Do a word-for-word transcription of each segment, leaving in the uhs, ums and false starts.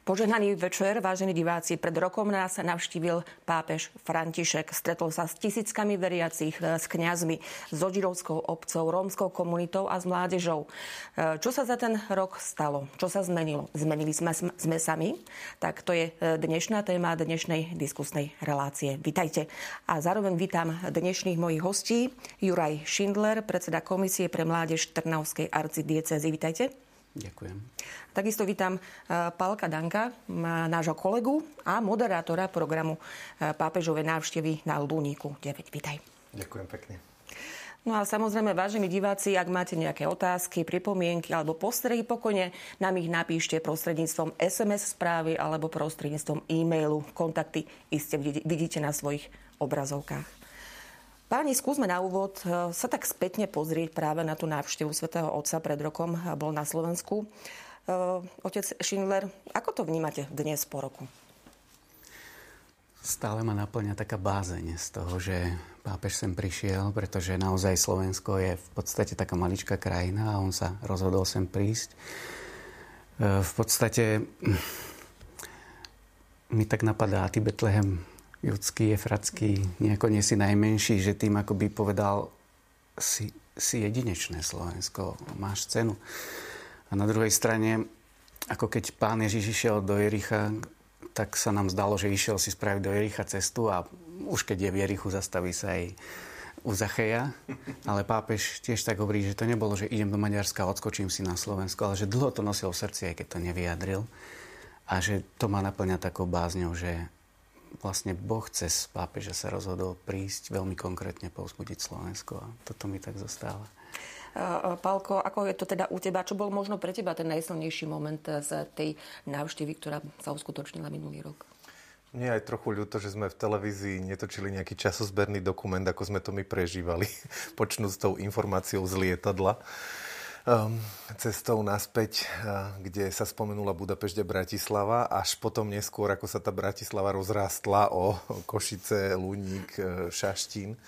Požehnaný večer, vážení diváci. Pred rokom nás navštívil pápež František. Stretol sa s tisíckami veriacich, s kňazmi, so židovskou obcou, rómskou komunitou a s mládežou. Čo sa za ten rok stalo? Čo sa zmenilo? Zmenili sme, sme sami? Tak to je dnešná téma dnešnej diskusnej relácie. Vitajte. A zároveň vítam dnešných mojich hostí. Juraj Šindler, predseda Komisie pre mládež Trnavskej arcidiecézy. Vitajte. Ďakujem. Takisto vítam Pálka Danka, nášho kolegu a moderátora programu pápežovej návštevy na Luníku deväť. Vítaj. Ďakujem pekne. No a samozrejme, vážení diváci, ak máte nejaké otázky, pripomienky alebo postrehy, pokojne nám ich napíšte prostredníctvom es em es správy alebo prostredníctvom e-mailu. Kontakty iste vidíte na svojich obrazovkách. Páni, skúsme na úvod sa tak spätne pozrieť práve na tú návštevu svätého Otca pred rokom. Bol na Slovensku. Otec Šindler, ako to vnímate dnes po roku? Stále ma naplňa taká bázeň z toho, že pápež sem prišiel, pretože naozaj Slovensko je v podstate taká maličká krajina a on sa rozhodol sem prísť. V podstate mi tak napadá ty Betlehem, Judský, Efratský, nejako nie si najmenší, že tým akoby povedal, si, si jedinečné Slovensko, máš cenu. A na druhej strane, ako keď pán Ježiš išiel do Jericha, tak sa nám zdalo, že išiel si spraviť do Jericha cestu a už keď je v Jerichu, zastaví sa aj u Zacheja. Ale pápež tiež tak hovorí, že to nebolo, že idem do Maďarska, odskočím si na Slovensko, ale že dlho to nosil v srdci, aj keď to nevyjadril. A že to ma naplňa takou bázňou, že vlastne Boh cez pápeža sa rozhodol prísť veľmi konkrétne povzbudiť Slovensko a toto mi tak zostáva. Pálko, ako je to teda u teba? Čo bol možno pre teba ten najsilnejší moment z tej návštevy, ktorá sa uskutočnila minulý rok? Mne je trochu ľúto, že sme v televízii netočili nejaký časozberný dokument, ako sme to my prežívali, počnú s tou informáciou z lietadla. Um, cestou naspäť, uh, kde sa spomenula Budapešť a Bratislava, až potom neskôr, ako sa tá Bratislava rozrástla o, o Košice, Luník, uh, Šaštín.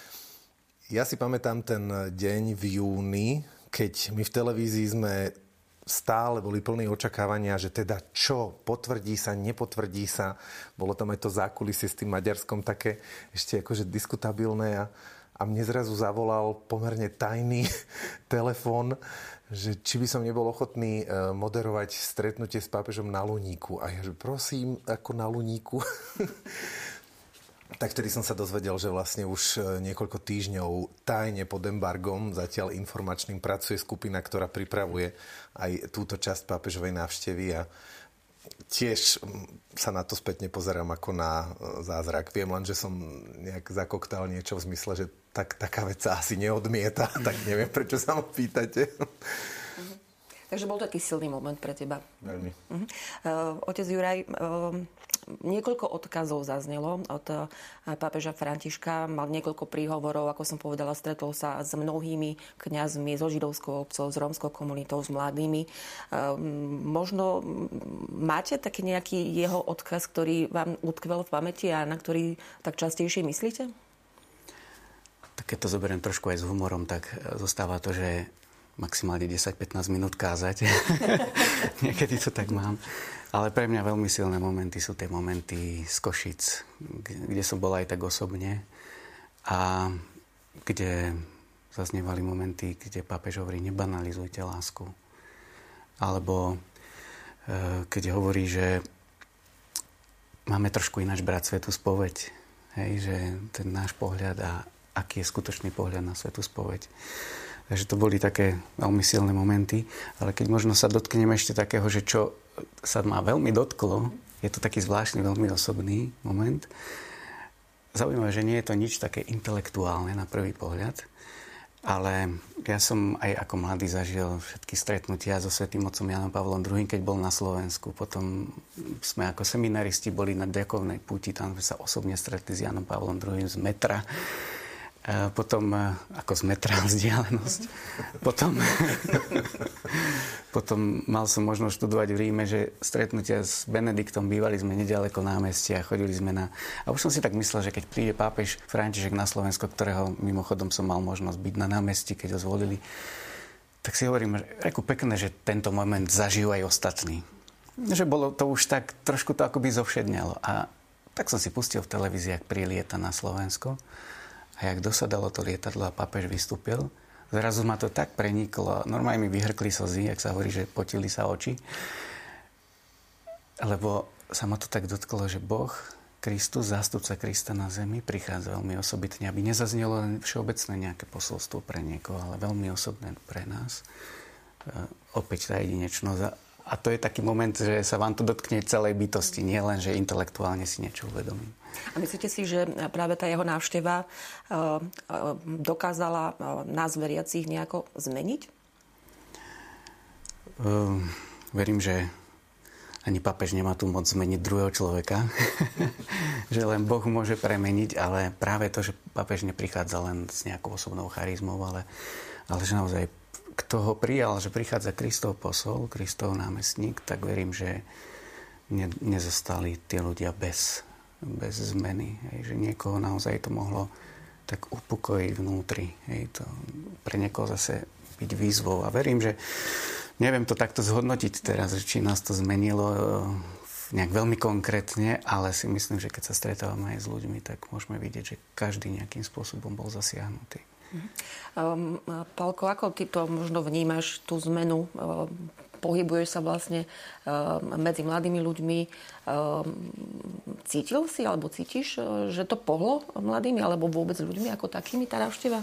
Ja si pamätám ten deň v júni, keď my v televízii sme stále boli plní očakávania, že teda čo, potvrdí sa, nepotvrdí sa. Bolo tam aj to zákulisie s tým Maďarskom také ešte akože diskutabilné a A mne zrazu zavolal pomerne tajný telefón, že či by som nebol ochotný moderovať stretnutie s pápežom na Luníku. A ja, že prosím, ako na Luníku. Tak vtedy som sa dozvedel, že vlastne už niekoľko týždňov tajne pod embargom, zatiaľ informačným, pracuje skupina, ktorá pripravuje aj túto časť pápežovej návštevy a tiež sa na to spätne pozerám ako na zázrak. Viem len, že som nejak zakoktal niečo v zmysle, že tak, taká vec sa asi neodmieta, tak neviem, prečo sa ma pýtate. Uh-huh. Takže bol taký silný moment pre teba. Veľmi. Uh-huh. Uh, otec Juraj, uh, niekoľko odkazov zaznelo od uh, pápeža Františka. Mal niekoľko príhovorov, ako som povedala, stretol sa s mnohými kňazmi, so židovskou obcou, s rómskou komunitou, s mladými. Uh, možno máte taký nejaký jeho odkaz, ktorý vám utkvel v pamäti a na ktorý tak častejšie myslíte? Tak keď to zoberiem trošku aj s humorom, tak zostáva to, že maximálne desať pätnásť minút kázať. Niekedy to tak mám. Ale pre mňa veľmi silné momenty sú tie momenty z Košic, kde som bol aj tak osobne a kde zaznievali momenty, kde pápež hovorí, nebanalizujte lásku. Alebo e, keď hovorí, že máme trošku ináč brať svätú spoveď. Hej, že ten náš pohľad a aký je skutočný pohľad na svätú spoveď. Takže to boli také veľmi silné momenty. Ale keď možno sa dotkneme ešte takého, že čo sa ma veľmi dotklo, je to taký zvláštny, veľmi osobný moment. Zaujímavé, že nie je to nič také intelektuálne na prvý pohľad, ale ja som aj ako mladý zažil všetky stretnutia so svätým otcom Jánom Pavlom druhým, keď bol na Slovensku. Potom sme ako seminaristi boli na diakovnej púti, tam sme sa osobne stretli s Jánom Pavlom druhým z metra. Potom, ako z metra vzdialenosť. Potom, potom mal som možnosť študovať v Ríme, že stretnutia s Benediktom, bývali sme nedaleko námestia, chodili sme na... A už som si tak myslel, že keď príde pápež František na Slovensko, ktorého mimochodom som mal možnosť byť na námestí, keď ho zvolili, tak si hovorím, reku pekné, že tento moment zažijú aj ostatní. že bolo to už tak, trošku to akoby zovšednelo. A tak som si pustil v televízii, jak prilieta na Slovensko. A jak dosadalo to lietadlo a pápež vystúpil, zrazu ma to tak preniklo. Normálne mi vyhrkli slzy, jak sa hovorí, že potili sa oči. Lebo sa ma to tak dotklo, že Boh, Kristus, zástupca Krista na zemi, prichádza veľmi osobitne, aby nezaznelo len všeobecné nejaké posolstvo pre niekoho, ale veľmi osobné pre nás. E, opäť tá jedinečnosť. A to je taký moment, že sa vám to dotkne celej bytosti, nie len, že intelektuálne si niečo uvedomím. A myslíte si, že práve tá jeho návšteva e, e, dokázala nás veriacich nejako zmeniť? E, verím, že ani pápež nemá tu moc zmeniť druhého človeka. Že len Boh môže premeniť, ale práve to, že pápež neprichádza len s nejakou osobnou charizmou, ale, ale že naozaj kto ho prijal, že prichádza Kristov posol, Kristov námestník, tak verím, že ne, nezostali tí ľudia bez, bez zmeny. Hej, že niekoho naozaj to mohlo tak upokojiť vnútri. Hej, to pre niekoho zase byť výzvou. A verím, že neviem to takto zhodnotiť teraz, či nás to zmenilo nejak veľmi konkrétne, ale si myslím, že keď sa stretávame aj s ľuďmi, tak môžeme vidieť, že každý nejakým spôsobom bol zasiahnutý. Um, Pálko, ako ty to možno vnímaš, tú zmenu? Um, pohybuješ sa vlastne um, medzi mladými ľuďmi. Um, cítil si, alebo cítiš, že to pohlo mladými, alebo vôbec ľuďmi ako takými, tá návšteva?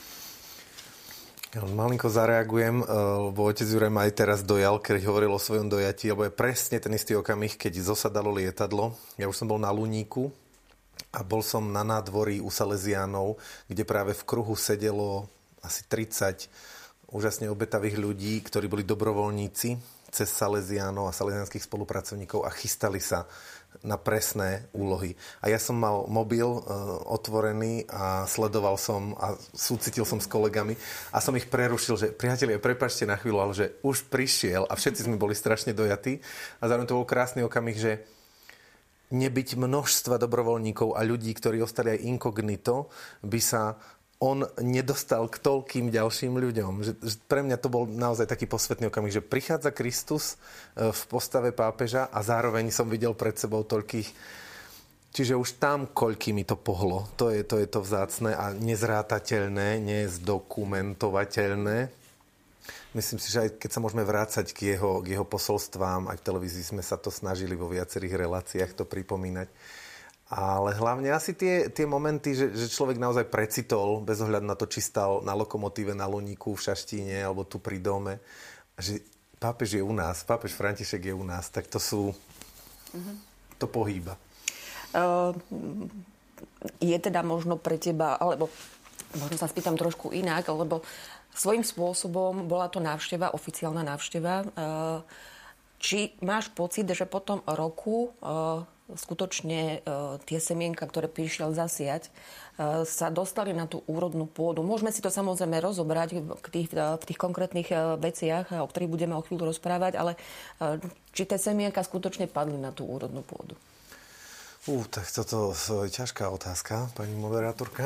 Ja malinko zareagujem, lebo otec Juraj ma aj teraz dojal, keď hovoril o svojom dojatí, lebo je presne ten istý okamih, keď zosadalo lietadlo. Ja už som bol na Luníku a bol som na nádvorí u Salesiánov, kde práve v kruhu sedelo asi tridsať úžasne obetavých ľudí, ktorí boli dobrovoľníci cez Salesiánov a salesiánskych spolupracovníkov a chystali sa na presné úlohy. A ja som mal mobil e, otvorený a sledoval som a súcitil som s kolegami a som ich prerušil, že priatelia, prepáčte na chvíľu, ale že už prišiel a všetci sme boli strašne dojatí a zároveň to bol krásny okamih, že nebyť množstva dobrovoľníkov a ľudí, ktorí ostali aj inkognito, by sa on nedostal k toľkým ďalším ľuďom. Že, že pre mňa to bol naozaj taký posvetný okamih, že prichádza Kristus v postave pápeža a zároveň som videl pred sebou toľkých. Čiže už tam koľký mi to pohlo. To je to, je to vzácne a nezrátateľné, nezdokumentovateľné. Myslím si, že aj keď sa môžeme vrácať k jeho, k jeho posolstvám, aj v televízii sme sa to snažili vo viacerých reláciách to pripomínať. Ale hlavne asi tie, tie momenty, že, že človek naozaj precitol, bez ohľadu na to, či stal na lokomotíve na Luníku, v Šaštíne alebo tu pri dome, že pápež je u nás, pápež František je u nás, tak to sú, mm-hmm. to pohýba. Uh, je teda možno pre teba, alebo možno sa spýtam trošku inak, lebo svojím spôsobom bola to návšteva, oficiálna návšteva. Uh, či máš pocit, že po tom roku uh, skutočne uh, tie semienka, ktoré prišiel zasiať, uh, sa dostali na tú úrodnú pôdu? Môžeme si to samozrejme rozobrať v tých, uh, v tých konkrétnych uh, veciach, o ktorých budeme o chvíľu rozprávať, ale uh, či tie semienka skutočne padli na tú úrodnú pôdu? Ú, tak toto je ťažká otázka, pani moderátorka.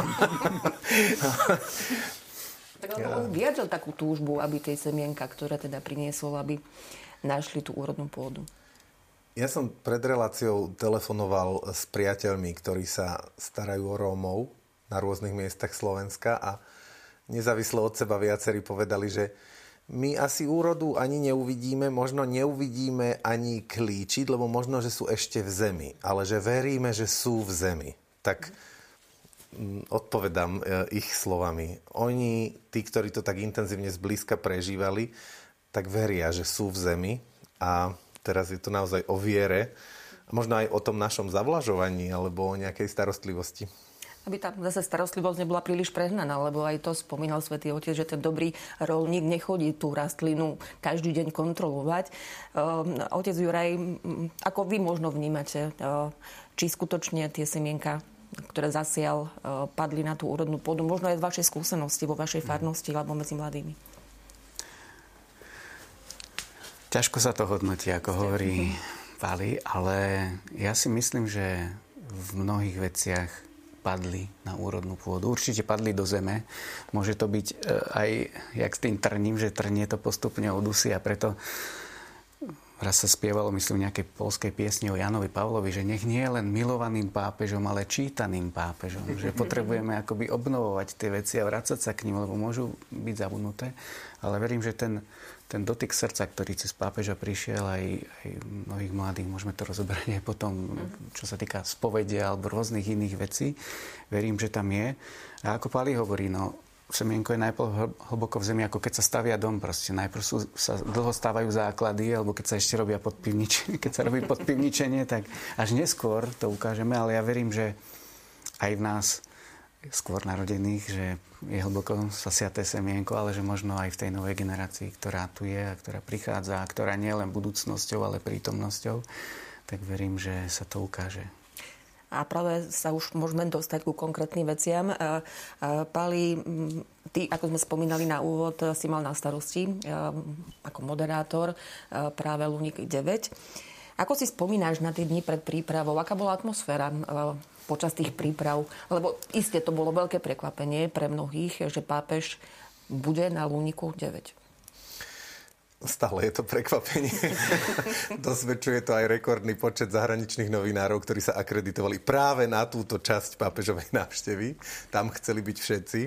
Tak on vyjadril takú túžbu, aby tie semienka, ktoré teda priniesol, aby našli tú úrodnú pôdu. Ja som pred reláciou telefonoval s priateľmi, ktorí sa starajú o Rómov na rôznych miestach Slovenska a nezávisle od seba viacerí povedali, že my asi úrodu ani neuvidíme, možno neuvidíme ani klíčiť, lebo možno, že sú ešte v zemi, ale že veríme, že sú v zemi. Tak odpovedám ich slovami. Oni, tí, ktorí to tak intenzívne zblízka prežívali, tak veria, že sú v zemi a teraz je to naozaj o viere a možno aj o tom našom zavlažovaní alebo o nejakej starostlivosti. Aby tá zase starostlivosť nebola príliš prehnaná, lebo aj to spomínal Svätý Otec, že ten dobrý roľník nechodí tú rastlinu každý deň kontrolovať. Otec Juraj, ako vy možno vnímate, či skutočne tie semienka, ktoré zasial, padli na tú úrodnú pôdu, možno aj z vašej skúsenosti, vo vašej farnosti alebo medzi mladými? Ťažko sa to hodnotí, ako hovorí Pali, ale ja si myslím, že v mnohých veciach padli na úrodnú pôdu. Určite padli do zeme. Môže to byť aj jak s tým trním, že trnie to postupne udusí a preto raz sa spievalo, myslím, nejakej poľskej piesni o Jánovi Pavlovi, že nech nie je len milovaným pápežom, ale čítaným pápežom. Že potrebujeme akoby obnovovať tie veci a vrácať sa k nim, lebo môžu byť zabudnuté. Ale verím, že ten, ten dotyk srdca, ktorý cez pápeža prišiel aj, aj mnohých mladých, môžeme to rozoberať aj potom, čo sa týka spovedia alebo rôznych iných vecí. Verím, že tam je. A ako Pali hovorí, no, semienko je najprv hlboko v zemi, ako keď sa stavia dom. Proste najprv sú, sa dlho stávajú základy, alebo keď sa ešte robia podpivničenie, keď sa robí podpivničenie, tak až neskôr to ukážeme, ale ja verím, že aj v nás skôr narodených, že je hlboko zasiaté semienko, ale že možno aj v tej novej generácii, ktorá tu je a ktorá prichádza, a ktorá nie je len budúcnosťou, ale prítomnosťou, tak verím, že sa to ukáže. A práve sa už môžeme dostať ku konkrétnym veciam. Pali, ty, ako sme spomínali na úvod, si mal na starosti ako moderátor práve Luník deväť. Ako si spomínaš na tie dni pred prípravou? Aká bola atmosféra počas tých príprav? Lebo iste to bolo veľké prekvapenie pre mnohých, že pápež bude na Luníku deväť. Stále je to prekvapenie. Dosvedčuje to aj rekordný počet zahraničných novinárov, ktorí sa akreditovali práve na túto časť pápežovej návštevy. Tam chceli byť všetci.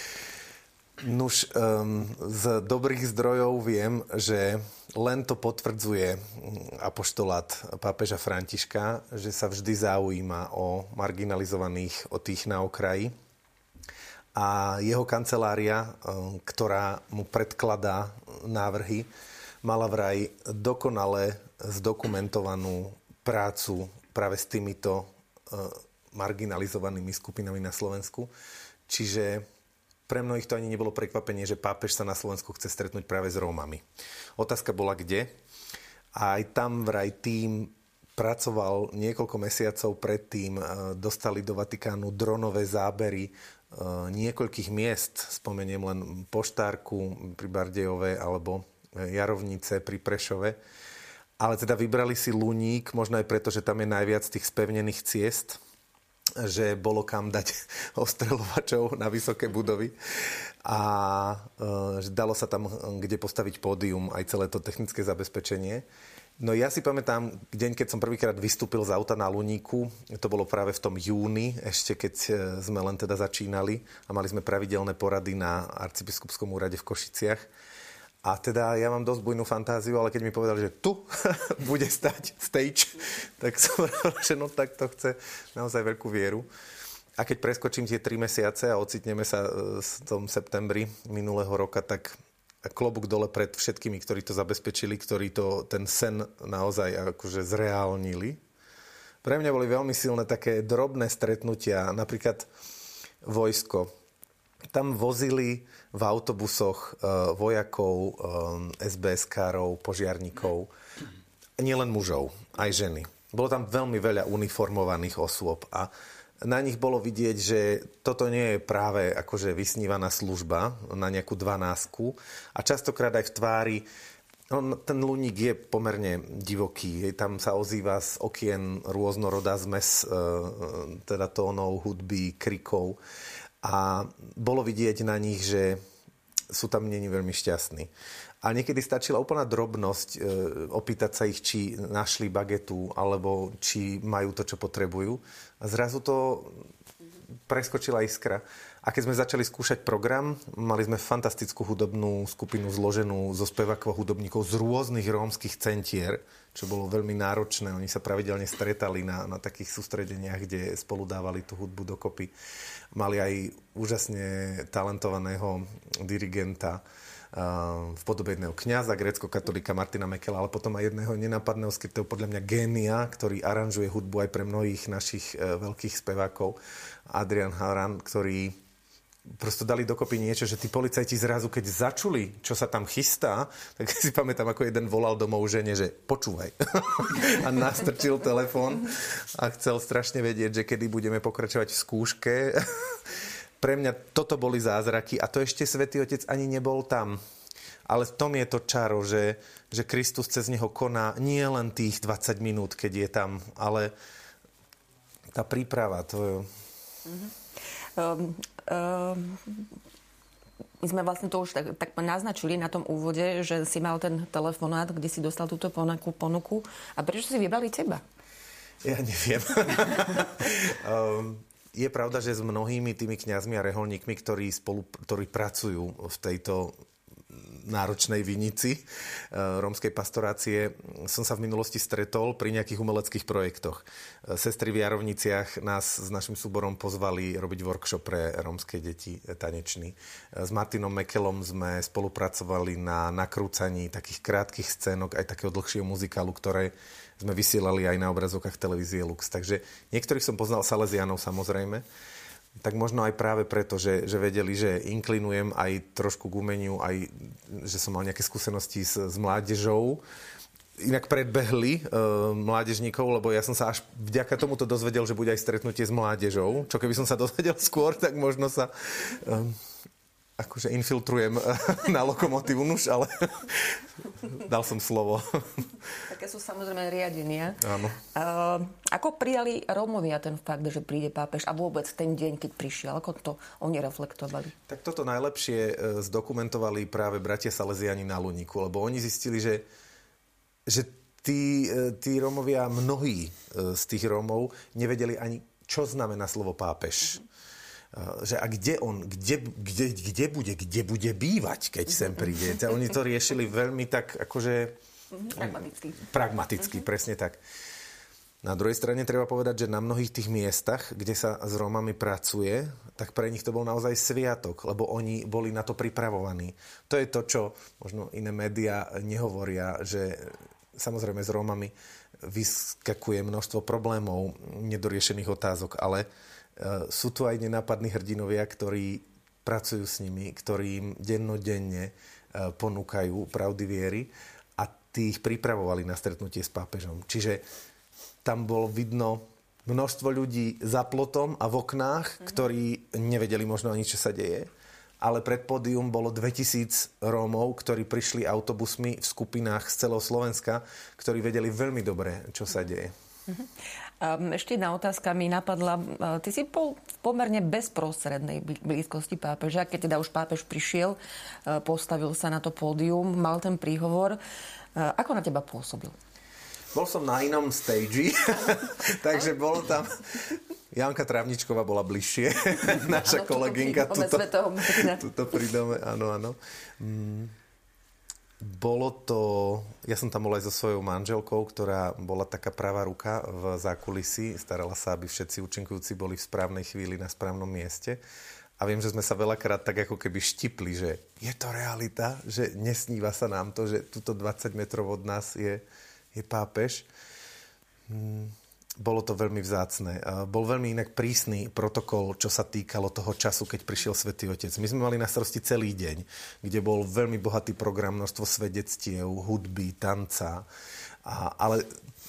Nuž, um, z dobrých zdrojov viem, že len to potvrdzuje apoštolát pápeža Františka, že sa vždy zaujíma o marginalizovaných, o tých na okraji. A jeho kancelária, ktorá mu predkladá návrhy, mala vraj dokonale zdokumentovanú prácu práve s týmito marginalizovanými skupinami na Slovensku. Čiže pre mnohých to ani nebolo prekvapenie, že pápež sa na Slovensku chce stretnúť práve s Rómami. Otázka bola kde. A aj tam vraj tým pracoval niekoľko mesiacov predtým, dostali do Vatikánu dronové zábery niekoľkých miest, spomeniem len Poštárku pri Bardejove alebo Jarovnice pri Prešove. Ale teda vybrali si Luník, možno aj preto, že tam je najviac tých spevnených ciest, že bolo kam dať ostreľovačov na vysoké budovy a že dalo sa tam kde postaviť pódium, aj celé to technické zabezpečenie. No ja si pamätám deň, keď som prvýkrát vystúpil z auta na Luníku, to bolo práve v tom júni, ešte keď sme len teda začínali a mali sme pravidelné porady na arcibiskupskom úrade v Košiciach. A teda ja mám dosť bujnú fantáziu, ale keď mi povedali, že tu bude stať stage, tak som povedal, že no tak to chce naozaj veľkú vieru. A keď preskočím tie tri mesiace a ocitneme sa v tom septembri minulého roka, tak klobúk dole pred všetkými, ktorí to zabezpečili, ktorí to, ten sen naozaj akože zreálnili. Pre mňa boli veľmi silné také drobné stretnutia, napríklad vojsko. Tam vozili v autobusoch uh, vojakov, um, es bé eskárov, požiarníkov, nielen mužov, aj ženy. Bolo tam veľmi veľa uniformovaných osôb a na nich bolo vidieť, že toto nie je práve akože vysnívaná služba na nejakú dvanástku a častokrát aj v tvári, no, ten Luník je pomerne divoký, tam sa ozýva z okien rôznorodá zmes e, teda tónov, hudby, krikov a bolo vidieť na nich, že sú tam neni veľmi šťastní. A niekedy stačila úplná drobnosť e, opýtať sa ich, či našli bagetu, alebo či majú to, čo potrebujú. A zrazu to preskočila iskra. A keď sme začali skúšať program, mali sme fantastickú hudobnú skupinu zloženú zo spevákov a hudobníkov z rôznych rómskych centier, čo bolo veľmi náročné. Oni sa pravidelne stretali na, na takých sústredeniach, kde spolu dávali tú hudbu dokopy. Mali aj úžasne talentovaného dirigenta, v podobe jedného kňaza, grécko-katolíka Martina Mekela, ale potom aj jedného nenápadného skrytého podľa mňa génia, ktorý aranžuje hudbu aj pre mnohých našich e, veľkých spevákov. Adrian Haran, ktorý prosto dali dokopy niečo, že tí policajti zrazu, keď začuli, čo sa tam chystá, tak si pamätám, ako jeden volal domov žene, že počúvaj. A nastrčil telefón a chcel strašne vedieť, že kedy budeme pokračovať v skúške. Pre mňa toto boli zázraky a to ešte Svätý Otec ani nebol tam. Ale v tom je to čaro, že, že Kristus cez neho koná nie len tých dvadsať minút, keď je tam, ale tá príprava, to je... Mm-hmm. Um, um, my sme vlastne to už tak, tak naznačili na tom úvode, že si mal ten telefonát, kde si dostal túto ponuku, ponuku. A prečo si vybrali teba? Ja neviem. um, je pravda, že s mnohými tými kňazmi a reholníkmi, ktorí, spolu, ktorí pracujú v tejto náročnej vinici rómskej pastorácie, som sa v minulosti stretol pri nejakých umeleckých projektoch. Sestry v Jarovniciach nás s našim súborom pozvali robiť workshop pre rómske deti tanečný. S Martinom Mekelom sme spolupracovali na nakrúcaní takých krátkych scénok, aj takého dlhšieho muzikálu, ktoré sme vysielali aj na obrazovkách televízie Lux. Takže niektorých som poznal Salesiánov samozrejme, tak možno aj práve preto, že, že vedeli, že inklinujem aj trošku k umeniu, aj že som mal nejaké skúsenosti s, s mládežou. Inak predbehli e, mládežníkov, lebo ja som sa až vďaka tomuto dozvedel, že bude aj stretnutie s mládežou. Čo keby som sa dozvedel skôr, tak možno sa e, akože infiltrujem na lokomotívu, nuž, ale dal som slovo. Také sú samozrejme riadenia. Áno. Uh, ako prijali Rómovia ten fakt, že príde pápež a vôbec ten deň, keď prišiel? Ako to oni reflektovali? Tak toto najlepšie zdokumentovali práve bratia Salesiani na Luníku, lebo oni zistili, že, že tí, tí Rómovia, mnohí z tých Rómov nevedeli ani, čo znamená slovo pápež. Mm-hmm. Že a kde on, kde, kde, kde bude, kde bude bývať, keď sem príde. Oni to riešili veľmi tak, akože... Pragmaticky. Pragmaticky, presne tak. Na druhej strane treba povedať, že na mnohých tých miestach, kde sa s Rómami pracuje, tak pre nich to bol naozaj sviatok, lebo oni boli na to pripravovaní. To je to, čo možno iné médiá nehovoria, že samozrejme s Rómami vyskakuje množstvo problémov, nedoriešených otázok, ale sú tu aj nenápadní hrdinovia, ktorí pracujú s nimi, ktorí im dennodenne ponúkajú pravdy viery a tí ich pripravovali na stretnutie s pápežom. Čiže tam bolo vidno množstvo ľudí za plotom a v oknách, mm-hmm. ktorí nevedeli možno ani, čo sa deje, ale pred pódium bolo dvetisíc Rómov, ktorí prišli autobusmi v skupinách z celého Slovenska, ktorí vedeli veľmi dobre, čo sa deje. Mm-hmm. Ešte jedna otázka mi napadla. Ty si bol v pomerne bezprostrednej blízkosti pápeža, keď teda už pápež prišiel, postavil sa na to pódium, mal ten príhovor. Ako na teba pôsobil? Bol som na inom stage, takže bolo tam... Janka Trávničková bola bližšie, naša ano, kolegynka. Tuto, tuto pri dome, áno, áno. Mm. Bolo to... Ja som tam bol aj so svojou manželkou, ktorá bola taká pravá ruka v zákulisí. Starala sa, aby všetci účinkujúci boli v správnej chvíli na správnom mieste. A viem, že sme sa veľakrát tak ako keby štipli, že je to realita, že nesníva sa nám to, že tuto dvadsať metrov od nás je, je pápež. Hmm. Bolo to veľmi vzácne. Bol veľmi inak prísny protokol, čo sa týkalo toho času, keď prišiel Svätý Otec. My sme mali na starosti celý deň, kde bol veľmi bohatý program, množstvo svedectiev, hudby, tanca. A, ale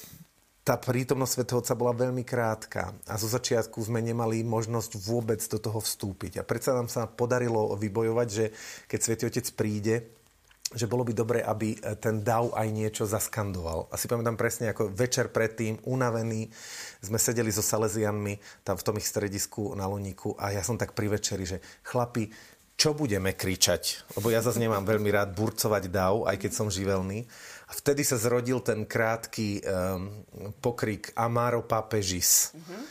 tá prítomnosť Svätého Otca bola veľmi krátka. A zo začiatku sme nemali možnosť vôbec do toho vstúpiť. A predsa nám sa podarilo vybojovať, že keď Svätý Otec príde, že bolo by dobre, aby ten dav aj niečo zaskandoval. Asi pamätám presne, ako večer predtým, unavení, sme sedeli so Salesianmi tam v tom ich stredisku na Luníku a ja som tak pri večeri, že chlapi, čo budeme kričať? Lebo ja zase nemám veľmi rád burcovať dav, aj keď som živelný. A vtedy sa zrodil ten krátky um, pokrik Amaro Papežis. Mm-hmm.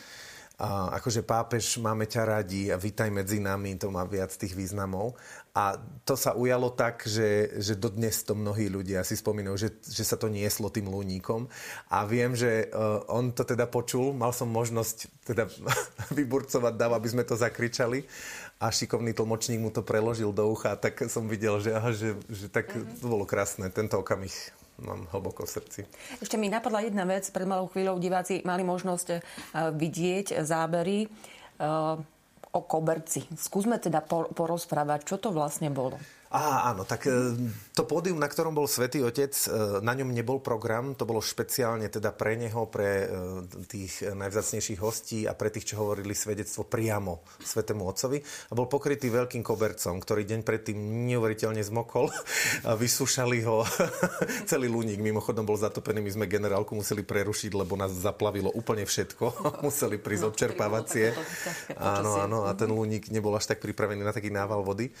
A akože pápež, máme ťa radi a vítaj medzi nami, to má viac tých významov. A to sa ujalo tak, že, že dodnes to mnohí ľudia si spomínajú, že, že sa to nieslo tým Luníkom. A viem, že uh, on to teda počul, mal som možnosť teda vyburcovať dav, aby sme to zakričali. A šikovný tlmočník mu to preložil do ucha, tak som videl, že, aha, že, že tak to bolo krásne, tento okamih mám hlboko v srdci. Ešte mi napadla jedna vec. Pred malou chvíľou diváci mali možnosť uh, vidieť zábery uh, o koberci. Skúsme teda porozprávať, čo to vlastne bolo. Á, áno, tak to pódium, na ktorom bol Svätý Otec, na ňom nebol program, to bolo špeciálne teda pre neho, pre tých najvzácnejších hostí a pre tých, čo hovorili svedectvo priamo Svätému Otcovi. A bol pokrytý veľkým kobercom, ktorý deň predtým neuveriteľne zmokol a vysúšali ho celý Luník. Mimochodom bol zatopený, my sme generálku museli prerušiť, lebo nás zaplavilo úplne všetko. Museli prísť odčerpávacie. Áno, áno, a ten Luník nebol až tak pripravený na taký nával vody.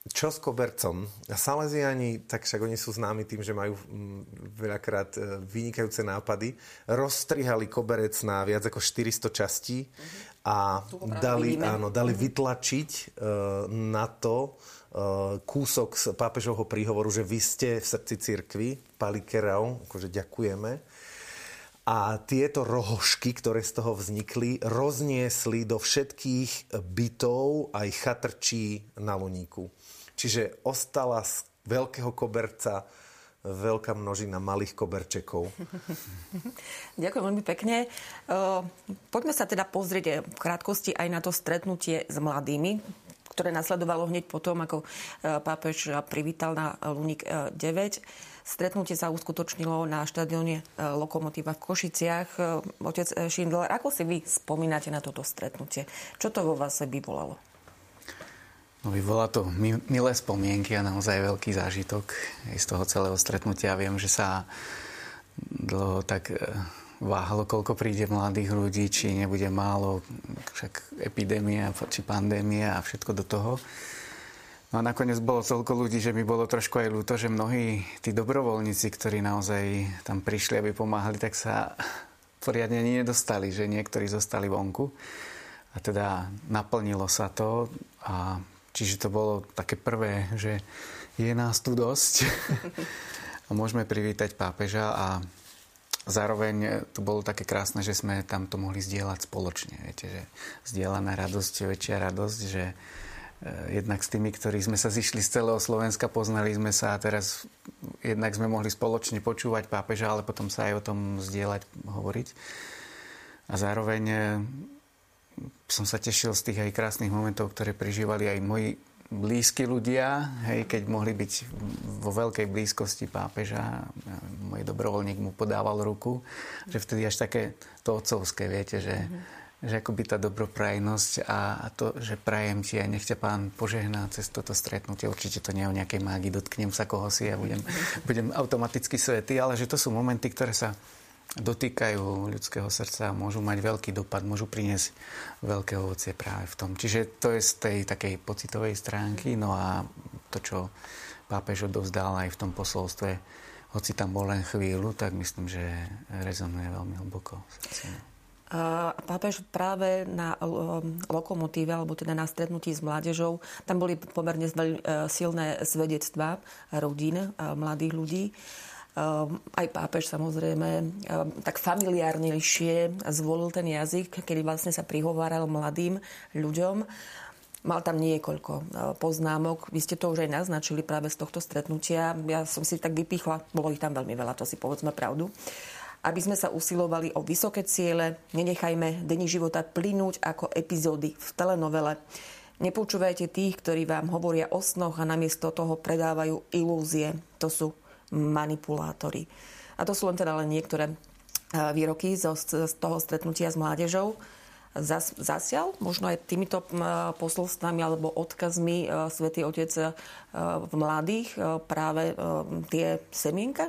Čo s kobercom? Salesiáni, tak však oni sú známi tým, že majú veľakrát vynikajúce nápady. Rozstrihali koberec na viac ako štyristo častí a dali, áno, dali vytlačiť na to kúsok z pápežovho príhovoru, že vy ste v srdci cirkvi, palikerau, akože ďakujeme. A tieto rohožky, ktoré z toho vznikli, rozniesli do všetkých bytov aj chatrčí na Luníku. Čiže ostala z veľkého koberca veľká množina malých koberčekov. Ďakujem veľmi pekne. Poďme sa teda pozrieť v krátkosti aj na to stretnutie s mladými, ktoré nasledovalo hneď potom, ako pápež privítal na Luník deväť. Stretnutie sa uskutočnilo na štadióne Lokomotíva v Košiciach. Otec Šindler, ako si vy spomínate na toto stretnutie? Čo to vo vás vyvolalo? No, vyvolá to milé spomienky a naozaj veľký zážitok z toho celého stretnutia. Viem, že sa dlho tak váhalo, koľko príde mladých ľudí, či nebude málo, však epidémia, či pandémia a všetko do toho. No a nakoniec bolo toľko ľudí, že mi bolo trošku aj ľúto, že mnohí tí dobrovoľníci, ktorí naozaj tam prišli, aby pomáhali, tak sa poriadne ani nedostali, že niektorí zostali vonku. A teda naplnilo sa to. A čiže to bolo také prvé, že je nás tu dosť. A môžeme privítať pápeža a zároveň to bolo také krásne, že sme tam to mohli zdieľať spoločne. Viete, že zdieľaná radosť je väčšia radosť, že jednak s tými, ktorí sme sa zišli z celého Slovenska, poznali sme sa a teraz jednak sme mohli spoločne počúvať pápeža, ale potom sa aj o tom zdieľať, hovoriť. A zároveň som sa tešil z tých aj krásnych momentov, ktoré prežívali aj moji blízki ľudia, hej, keď mohli byť vo veľkej blízkosti pápeža. Môj dobrovoľník mu podával ruku, že vtedy až také to otcovské, viete, že mm-hmm. že akoby tá dobroprajnosť a to, že prajem ti a nech ťa Pán požehná cez toto stretnutie. Určite to nie je o nejakej mágii, dotknem sa koho si a budem, budem automaticky svätý, ale že to sú momenty, ktoré sa dotýkajú ľudského srdca, môžu mať veľký dopad, môžu priniesť veľké ovocie práve v tom. Čiže to je z tej takej pocitovej stránky, no a to, čo pápež odovzdal aj v tom posolstve, hoci tam bol len chvíľu, tak myslím, že rezonuje veľmi hlboko v srdci. A pápež práve na Lokomotíve, alebo teda na stretnutí s mládežou, tam boli pomerne silné svedectvá rodín, mladých ľudí. Aj pápež samozrejme tak familiárnejšie zvolil ten jazyk, kedy vlastne sa prihováral mladým ľuďom. Mal tam niekoľko poznámok. Vy ste to už aj naznačili práve z tohto stretnutia. Ja som si tak vypichla, bolo ich tam veľmi veľa, to si povedzme pravdu. Aby sme sa usilovali o vysoké ciele, nenechajme dni života plynúť ako epizódy v telenovele. Nepočúvajte tých, ktorí vám hovoria o snoch a namiesto toho predávajú ilúzie. To sú manipulátori. A to sú len teda len niektoré výroky z toho stretnutia s mládežou. Zas, zasial možno aj týmito posolstvami alebo odkazmi Svätý Otec v mladých práve tie semienka?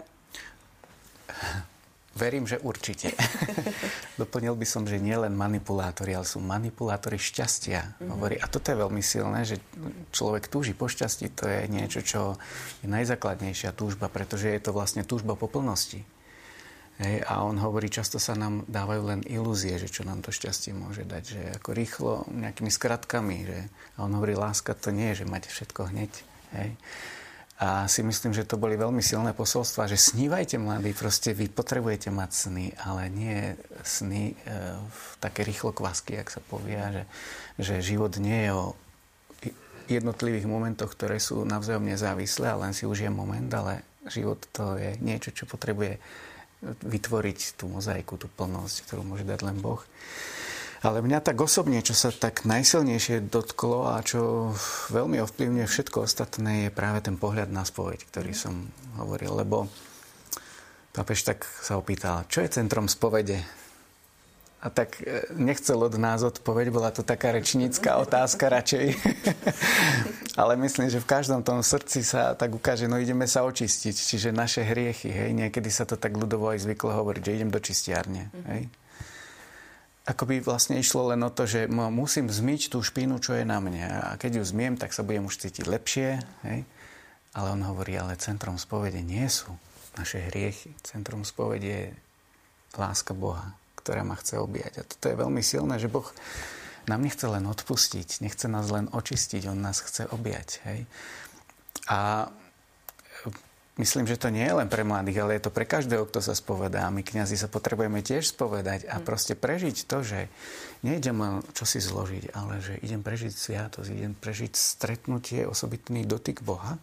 Verím, že určite. Doplnil by som, že nie len manipulátori, ale sú manipulátori šťastia. Mm-hmm. Hovorí. A toto je veľmi silné, že človek túži po šťastí. To je niečo, čo je najzákladnejšia túžba, pretože je to vlastne túžba po plnosti. Hej, a on hovorí, často sa nám dávajú len ilúzie, že čo nám to šťastie môže dať. Že ako rýchlo, nejakými skratkami. Že... A on hovorí, láska to nie je, že máte všetko hneď. Hej. A si myslím, že to boli veľmi silné posolstvá, že snívajte, mladí, proste vy potrebujete mať sny, ale nie sny e, v také rýchlo kvasky, jak sa povie, že, že život nie je o jednotlivých momentoch, ktoré sú navzájom nezávislé a len si užijem moment, ale život to je niečo, čo potrebuje vytvoriť tú mozaiku, tú plnosť, ktorú môže dať len Boh. Ale mňa tak osobne, čo sa tak najsilnejšie dotklo a čo veľmi ovplyvňuje všetko ostatné, je práve ten pohľad na spoveď, ktorý som hovoril. Lebo pápež tak sa opýtal, čo je centrom spovede? A tak nechcel od nás odpoveď, bola to taká rečnícka otázka radšej. Ale myslím, že v každom tom srdci sa tak ukáže, no ideme sa očistiť. Čiže naše hriechy, hej, niekedy sa to tak ľudovo aj zvyklo hovoriť, že idem do čistiarne, hej. ako by vlastne išlo len o to, že musím zmyť tú špínu, čo je na mne. A keď ju zmiem, tak sa budem už cítiť lepšie. Hej? Ale on hovorí, ale centrom spovede nie sú naše hriechy. Centrom spovede je láska Boha, ktorá ma chce objať. A toto je veľmi silné, že Boh nám nechce len odpustiť, nechce nás len očistiť, on nás chce objať. Hej? A myslím, že to nie je len pre mladých, ale je to pre každého, kto sa spovedá. My, kňazi, sa potrebujeme tiež spovedať a proste prežiť to, že nejdem len čosi zložiť, ale že idem prežiť sviatosť, idem prežiť stretnutie, osobitný dotyk Boha,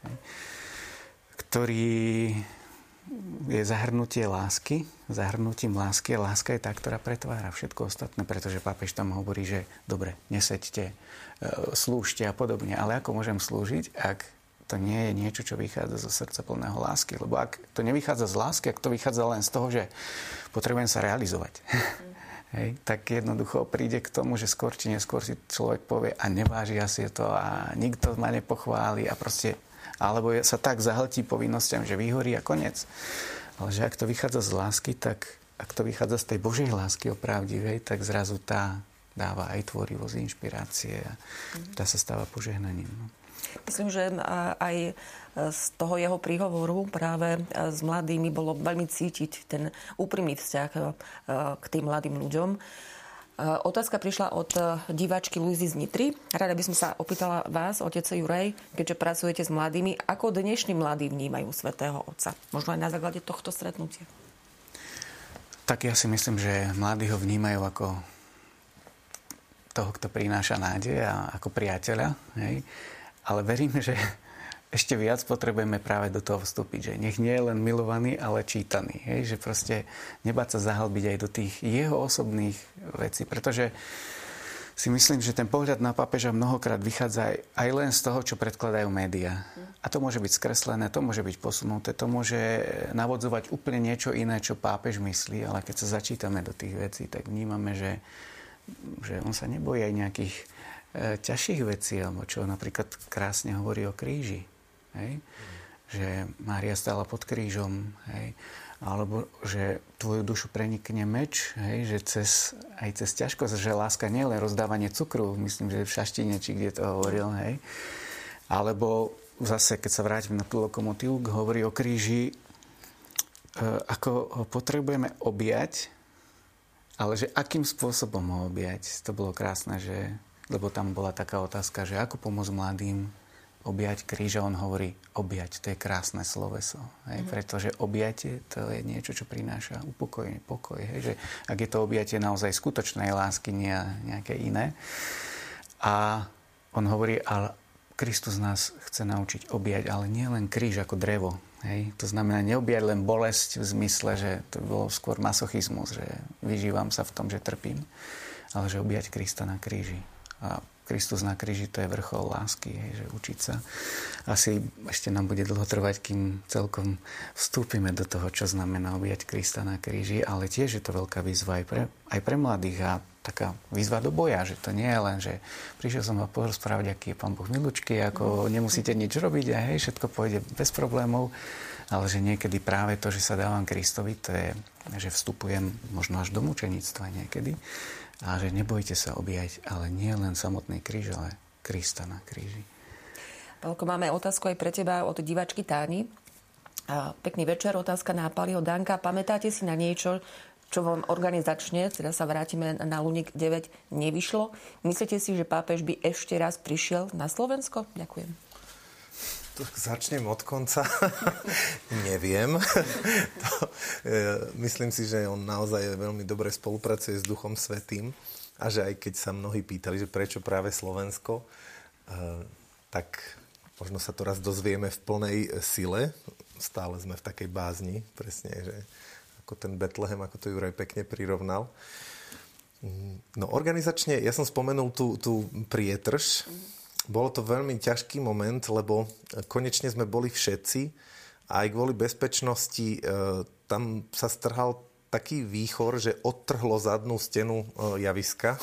ktorý je zahrnutie lásky. Zahrnutím lásky. A láska je tá, ktorá pretvára všetko ostatné, pretože pápež tam hovorí, že dobre, neseďte, slúžte a podobne. Ale ako môžem slúžiť, ak to nie je niečo, čo vychádza zo srdca plného lásky. Lebo ak to nevychádza z lásky, ak to vychádza len z toho, že potrebujem sa realizovať, mm. hej, tak jednoducho príde k tomu, že skôr či neskôr si človek povie a nevážia si to a nikto ma nepochváli a proste, alebo sa tak zahltí povinnosťam, že vyhorí a koniec. Ale že ak to vychádza z lásky, tak ak to vychádza z tej Božej lásky opravdivej, tak zrazu tá dáva aj tvorivosť, inšpirácie a tá sa stáva požehnaním. No. Myslím, že aj z toho jeho príhovoru práve s mladými bolo veľmi cítiť ten úprimný vzťah k tým mladým ľuďom. Otázka prišla od diváčky Luizy z Nitry. Rada by som sa opýtala vás, otec Juraj, keďže pracujete s mladými, ako dnešní mladí vnímajú Svätého Otca? Možno aj na základe tohto stretnutia. Tak ja si myslím, že mladí ho vnímajú ako toho, kto prináša nádej a ako priateľa, hej. Ale verím, že ešte viac potrebujeme práve do toho vstúpiť, že nech nie je len milovaný, ale čítaný. Hej? Že proste nebáť sa zahlbiť aj do tých jeho osobných vecí. Pretože si myslím, že ten pohľad na pápeža mnohokrát vychádza aj, aj len z toho, čo predkladajú médiá. A to môže byť skreslené, to môže byť posunuté, to môže navodzovať úplne niečo iné, čo pápež myslí. Ale keď sa začítame do tých vecí, tak vnímame, že, že on sa nebojí aj nejakých ťažších vecí, alebo čo napríklad krásne hovorí o kríži. Hej? Že Mária stála pod krížom, hej? Alebo že tvoju dušu prenikne meč, hej? Že cez, aj cez ťažkosť, že láska nie je len rozdávanie cukru, myslím, že v Šaštine, či kde to hovoril, hej? Alebo zase, keď sa vrátim na tú lokomotívu, hovorí o kríži, ako ho potrebujeme objať, ale že akým spôsobom ho objať. To bolo krásne, že lebo tam bola taká otázka, že ako pomôcť mladým objať kríž, a on hovorí objať, to je krásne sloveso. Hej? Mm-hmm. Pretože objatie to je niečo, čo prináša upokoj, pokoj. Hej? Že ak je to objatie naozaj skutočnej lásky, nie nejaké iné. A on hovorí, ale Kristus nás chce naučiť objať, ale nie len kríž ako drevo. Hej? To znamená neobjať len bolesť v zmysle, že to bolo skôr masochizmus, že vyžívam sa v tom, že trpím, ale že objať Krista na kríži. A Kristus na kríži, to je vrchol lásky, hej, že učiť sa. Asi ešte nám bude dlho trvať, kým celkom vstúpime do toho, čo znamená objať Krista na kríži, ale tiež je to veľká výzva aj pre, aj pre mladých a taká výzva do boja, že to nie je len, že prišiel som vám porozprávať, aký je Pán Boh milučký, ako nemusíte nič robiť a hej, všetko pôjde bez problémov, ale že niekedy práve to, že sa dávam Kristovi, to je, že vstupujem možno až do mučenictva niekedy. A že nebojte sa objať, ale nie len samotný kríž, ale Krista na kríži. Pálko, máme otázku aj pre teba od diváčky Táni. Pekný večer, otázka na Paliho Danka. Pamätáte si na niečo, čo vám organizačne, teda sa vrátime na Luník deväť, nevyšlo? Myslíte si, že pápež by ešte raz prišiel na Slovensko? Ďakujem. Začnem od konca. Neviem. to, e, myslím si, že on naozaj veľmi dobre spolupracuje s Duchom Svätým a že aj keď sa mnohí pýtali, že prečo práve Slovensko, e, tak možno sa to raz dozvieme v plnej sile. Stále sme v takej bázni, presne, že ako ten Betlehem, ako to Juraj pekne prirovnal. No organizačne, ja som spomenul tú, tú prietrž. Bolo to veľmi ťažký moment, lebo konečne sme boli všetci a aj kvôli bezpečnosti e, tam sa strhal taký výchor, že odtrhlo zadnú stenu e, javiska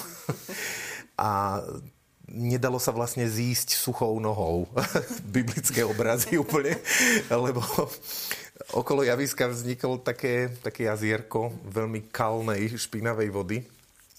a nedalo sa vlastne zísť suchou nohou. Biblické obrazy úplne, lebo okolo javiska vzniklo také, také jazierko veľmi kalnej, špinavej vody.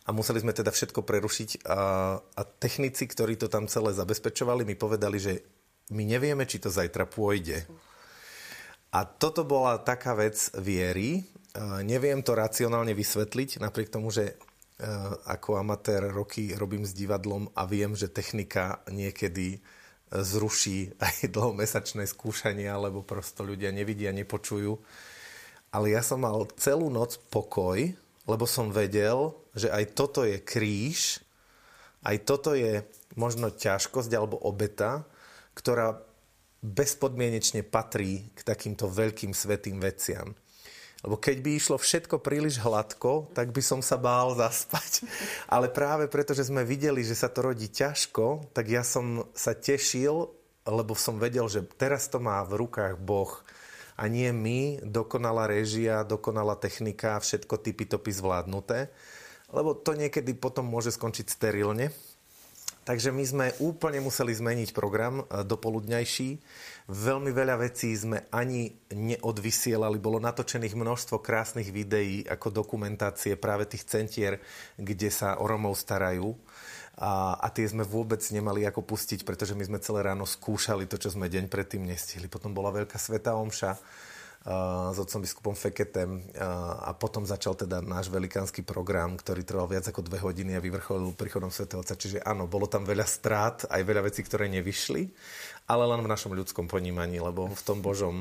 a museli sme teda všetko prerušiť a, a technici, ktorí to tam celé zabezpečovali, mi povedali, že my nevieme, či to zajtra pôjde. A toto bola taká vec viery. Neviem to racionálne vysvetliť, napriek tomu, že ako amatér roky robím s divadlom a viem, že technika niekedy zruší aj dlhomesačné skúšania, lebo prosto ľudia nevidia, nepočujú. Ale ja som mal celú noc pokoj, lebo som vedel, že aj toto je kríž, aj toto je možno ťažkosť alebo obeta, ktorá bezpodmienečne patrí k takýmto veľkým svätým veciam. Lebo keď by išlo všetko príliš hladko, tak by som sa bál zaspať. Ale práve preto, že sme videli, že sa to rodí ťažko, tak ja som sa tešil, lebo som vedel, že teraz to má v rukách Boh. A nie my, dokonalá réžia, dokonalá technika, všetko typy-topy zvládnuté. Lebo to niekedy potom môže skončiť sterilne. Takže my sme úplne museli zmeniť program dopoludňajší. Veľmi veľa vecí sme ani neodvysielali. Bolo natočených množstvo krásnych videí ako dokumentácie práve tých centier, kde sa o Romov starajú. A, a tie sme vôbec nemali ako pustiť, pretože my sme celé ráno skúšali to, čo sme deň predtým nestihli. Potom bola veľká svätá omša uh, s otcom biskupom Feketem uh, a potom začal teda náš velikánsky program, ktorý trval viac ako dve hodiny a vyvrcholil príchodom svätého Otca. Čiže áno, bolo tam veľa strát, aj veľa vecí, ktoré nevyšli, ale len v našom ľudskom ponímaní, lebo v tom Božom...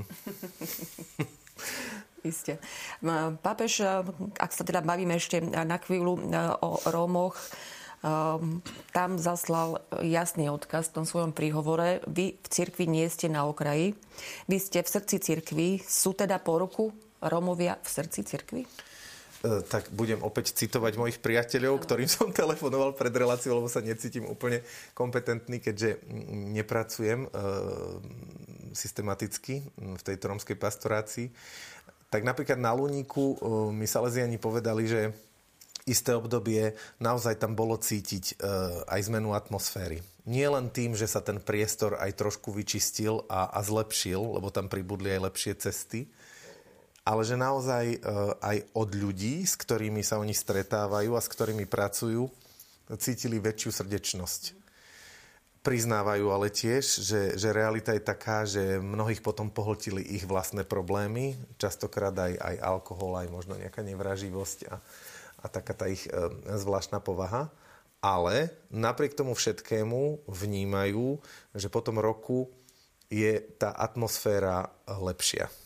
Isté. Pápež, ak sa teda bavíme ešte na chvíľu o Rómoch, Um, tam zaslal jasný odkaz v tom svojom príhovore. Vy v cirkvi nie ste na okraji. Vy ste v srdci cirkvi. Sú teda po ruku Rómovia v srdci cirkvi? E, tak budem opäť citovať mojich priateľov, ktorým som telefonoval pred reláciou, lebo sa necítim úplne kompetentný, keďže nepracujem e, systematicky v tejto rómskej pastorácii. Tak napríklad na Luníku e, mi Salesiani povedali, že isté obdobie naozaj tam bolo cítiť e, aj zmenu atmosféry. Nie len tým, že sa ten priestor aj trošku vyčistil a, a zlepšil, lebo tam pribudli aj lepšie cesty, ale že naozaj e, aj od ľudí, s ktorými sa oni stretávajú a s ktorými pracujú, cítili väčšiu srdečnosť. Priznávajú ale tiež, že, že realita je taká, že mnohých potom pohltili ich vlastné problémy, častokrát aj, aj alkohol, aj možno nejaká nevraživosť a a taká tá ich e, zvláštna povaha. Ale napriek tomu všetkému vnímajú, že po tom roku je tá atmosféra lepšia. E,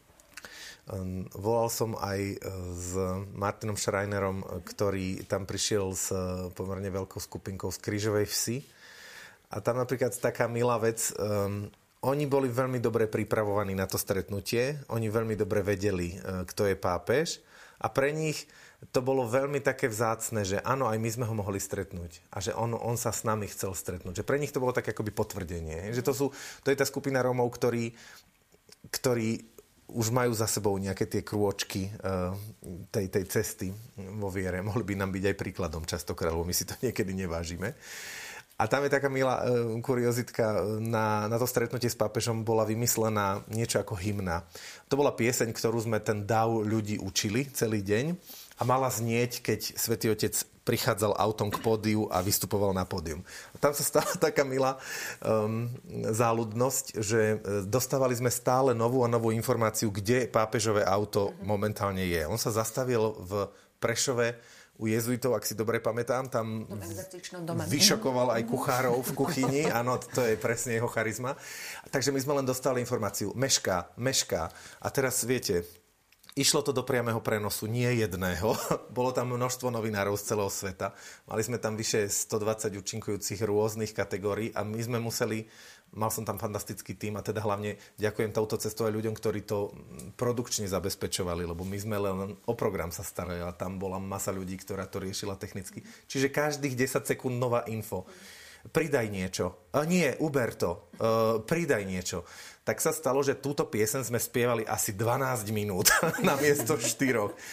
volal som aj s Martinom Schreinerom, ktorý tam prišiel s pomerne veľkou skupinkou z Krížovej Vsi. A tam napríklad taká milá vec, e, oni boli veľmi dobre pripravovaní na to stretnutie, oni veľmi dobre vedeli, e, kto je pápež a pre nich to bolo veľmi také vzácne, že áno, aj my sme ho mohli stretnúť a že on, on sa s nami chcel stretnúť. Že pre nich to bolo také akoby potvrdenie. Že to, sú, to je tá skupina Rómov, ktorí, ktorí už majú za sebou nejaké tie krôčky uh, tej, tej cesty vo viere. Mohli by nám byť aj príkladom častokrát, lebo my si to niekedy nevážime. A tam je taká milá uh, kuriozitka. Na, na to stretnutie s pápežom bola vymyslená niečo ako hymna. To bola pieseň, ktorú sme ten dav ľudí učili celý deň. A mala znieť, keď Svätý Otec prichádzal autom k pódiu a vystupoval na pódium. A tam sa stala taká milá um, záľudnosť, že dostávali sme stále novú a novú informáciu, kde pápežové auto momentálne je. On sa zastavil v Prešove u jezuitov, ak si dobre pamätám, tam vyšokoval aj kuchárov v kuchyni. Áno, to je presne jeho charizma. Takže my sme len dostali informáciu. Mešká, mešká. A teraz viete... Išlo to do priameho prenosu, nie jedného. Bolo tam množstvo novinárov z celého sveta. Mali sme tam vyše stodvadsať účinkujúcich rôznych kategórií a my sme museli, mal som tam fantastický tím a teda hlavne ďakujem touto cestou aj ľuďom, ktorí to produkčne zabezpečovali, lebo my sme len o program sa starali a tam bola masa ľudí, ktorá to riešila technicky. Čiže každých desať sekúnd nová info. Pridaj niečo. A nie, uber to. Uh, pridaj niečo. Tak sa stalo, že túto pieseň sme spievali asi dvanásť minút namiesto štyroch.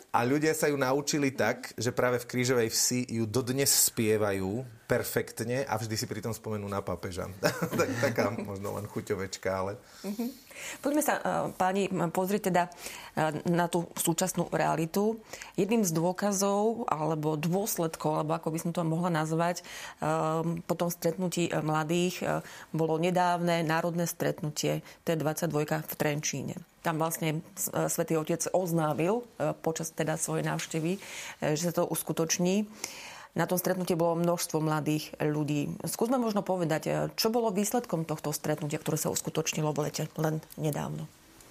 A ľudia sa ju naučili tak, že práve v Krížovej Vsi ju dodnes spievajú perfektne a vždy si pritom spomenú na pápeža. Tak, taká možno len chuťovečka, ale... Poďme sa, páni, pozrieť teda na tú súčasnú realitu. Jedným z dôkazov, alebo dôsledkov, alebo ako by som to mohla nazvať, po tom stretnutí mladých bolo nedávne národné stretnutie té dvadsaťdva v Trenčíne. Tam vlastne Svätý Otec oznámil počas teda svojej návštevy, že sa to uskutoční. Na tom stretnutí bolo množstvo mladých ľudí. Skúsme možno povedať, čo bolo výsledkom tohto stretnutia, ktoré sa uskutočnilo v lete len nedávno.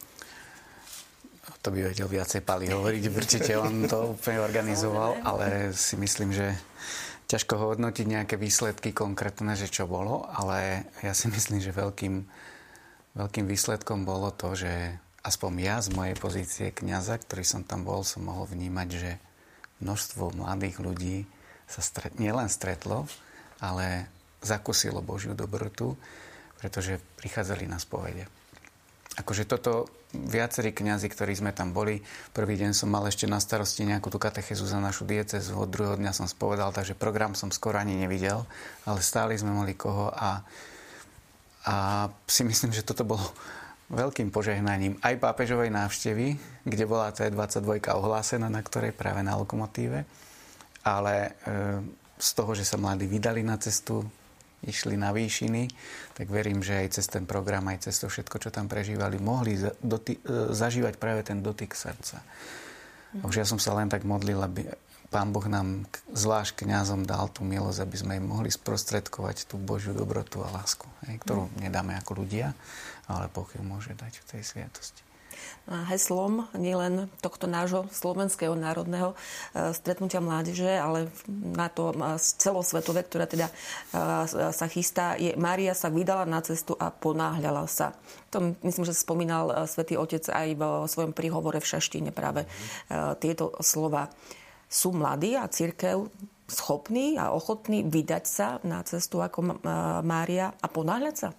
To by vedel viacej Pali hovoriť, určite on to úplne organizoval, ale si myslím, že ťažko hodnotiť nejaké výsledky konkrétne, že čo bolo, ale ja si myslím, že veľkým, veľkým výsledkom bolo to, že aspoň ja z mojej pozície kňaza, ktorý som tam bol, som mohol vnímať, že množstvo mladých ľudí sa stret, nielen stretlo, ale zakúsilo Božiu dobrotu, pretože prichádzali na spovede. Akože toto viacerí kňazi, ktorí sme tam boli, prvý deň som mal ešte na starosti nejakú tú katechezu za našu diecezu, od druhého dňa som spovedal, takže program som skoro ani nevidel, ale stáli sme mali koho a, a si myslím, že toto bolo veľkým požehnaním aj pápežovej návštevy, kde bola té dvadsaťdva ohlásená, na ktorej práve na lokomotíve, ale e, z toho, že sa mladí vydali na cestu, išli na výšiny, tak verím, že aj cez ten program, aj cez to všetko, čo tam prežívali, mohli doty- e, zažívať práve ten dotyk srdca. Mm. A už ja som sa len tak modlil, aby Pán Boh nám zvlášť kňazom dal tú milosť, aby sme im mohli sprostredkovať tú Božiu dobrotu a lásku, hej, ktorú mm. nedáme ako ľudia, ale Boh ju môže dať v tej sviatosti. Heslom nielen tohto nášho slovenského národného stretnutia mládeže, ale na to celosvetové, ktoré teda sa chystá, je Mária sa vydala na cestu a ponáhľala sa. To myslím, že spomínal Svätý Otec aj vo svojom príhovore v Šaštíne práve tieto slova. Sú mladí a cirkev schopní a ochotní vydať sa na cestu ako Mária a ponáhľať sa?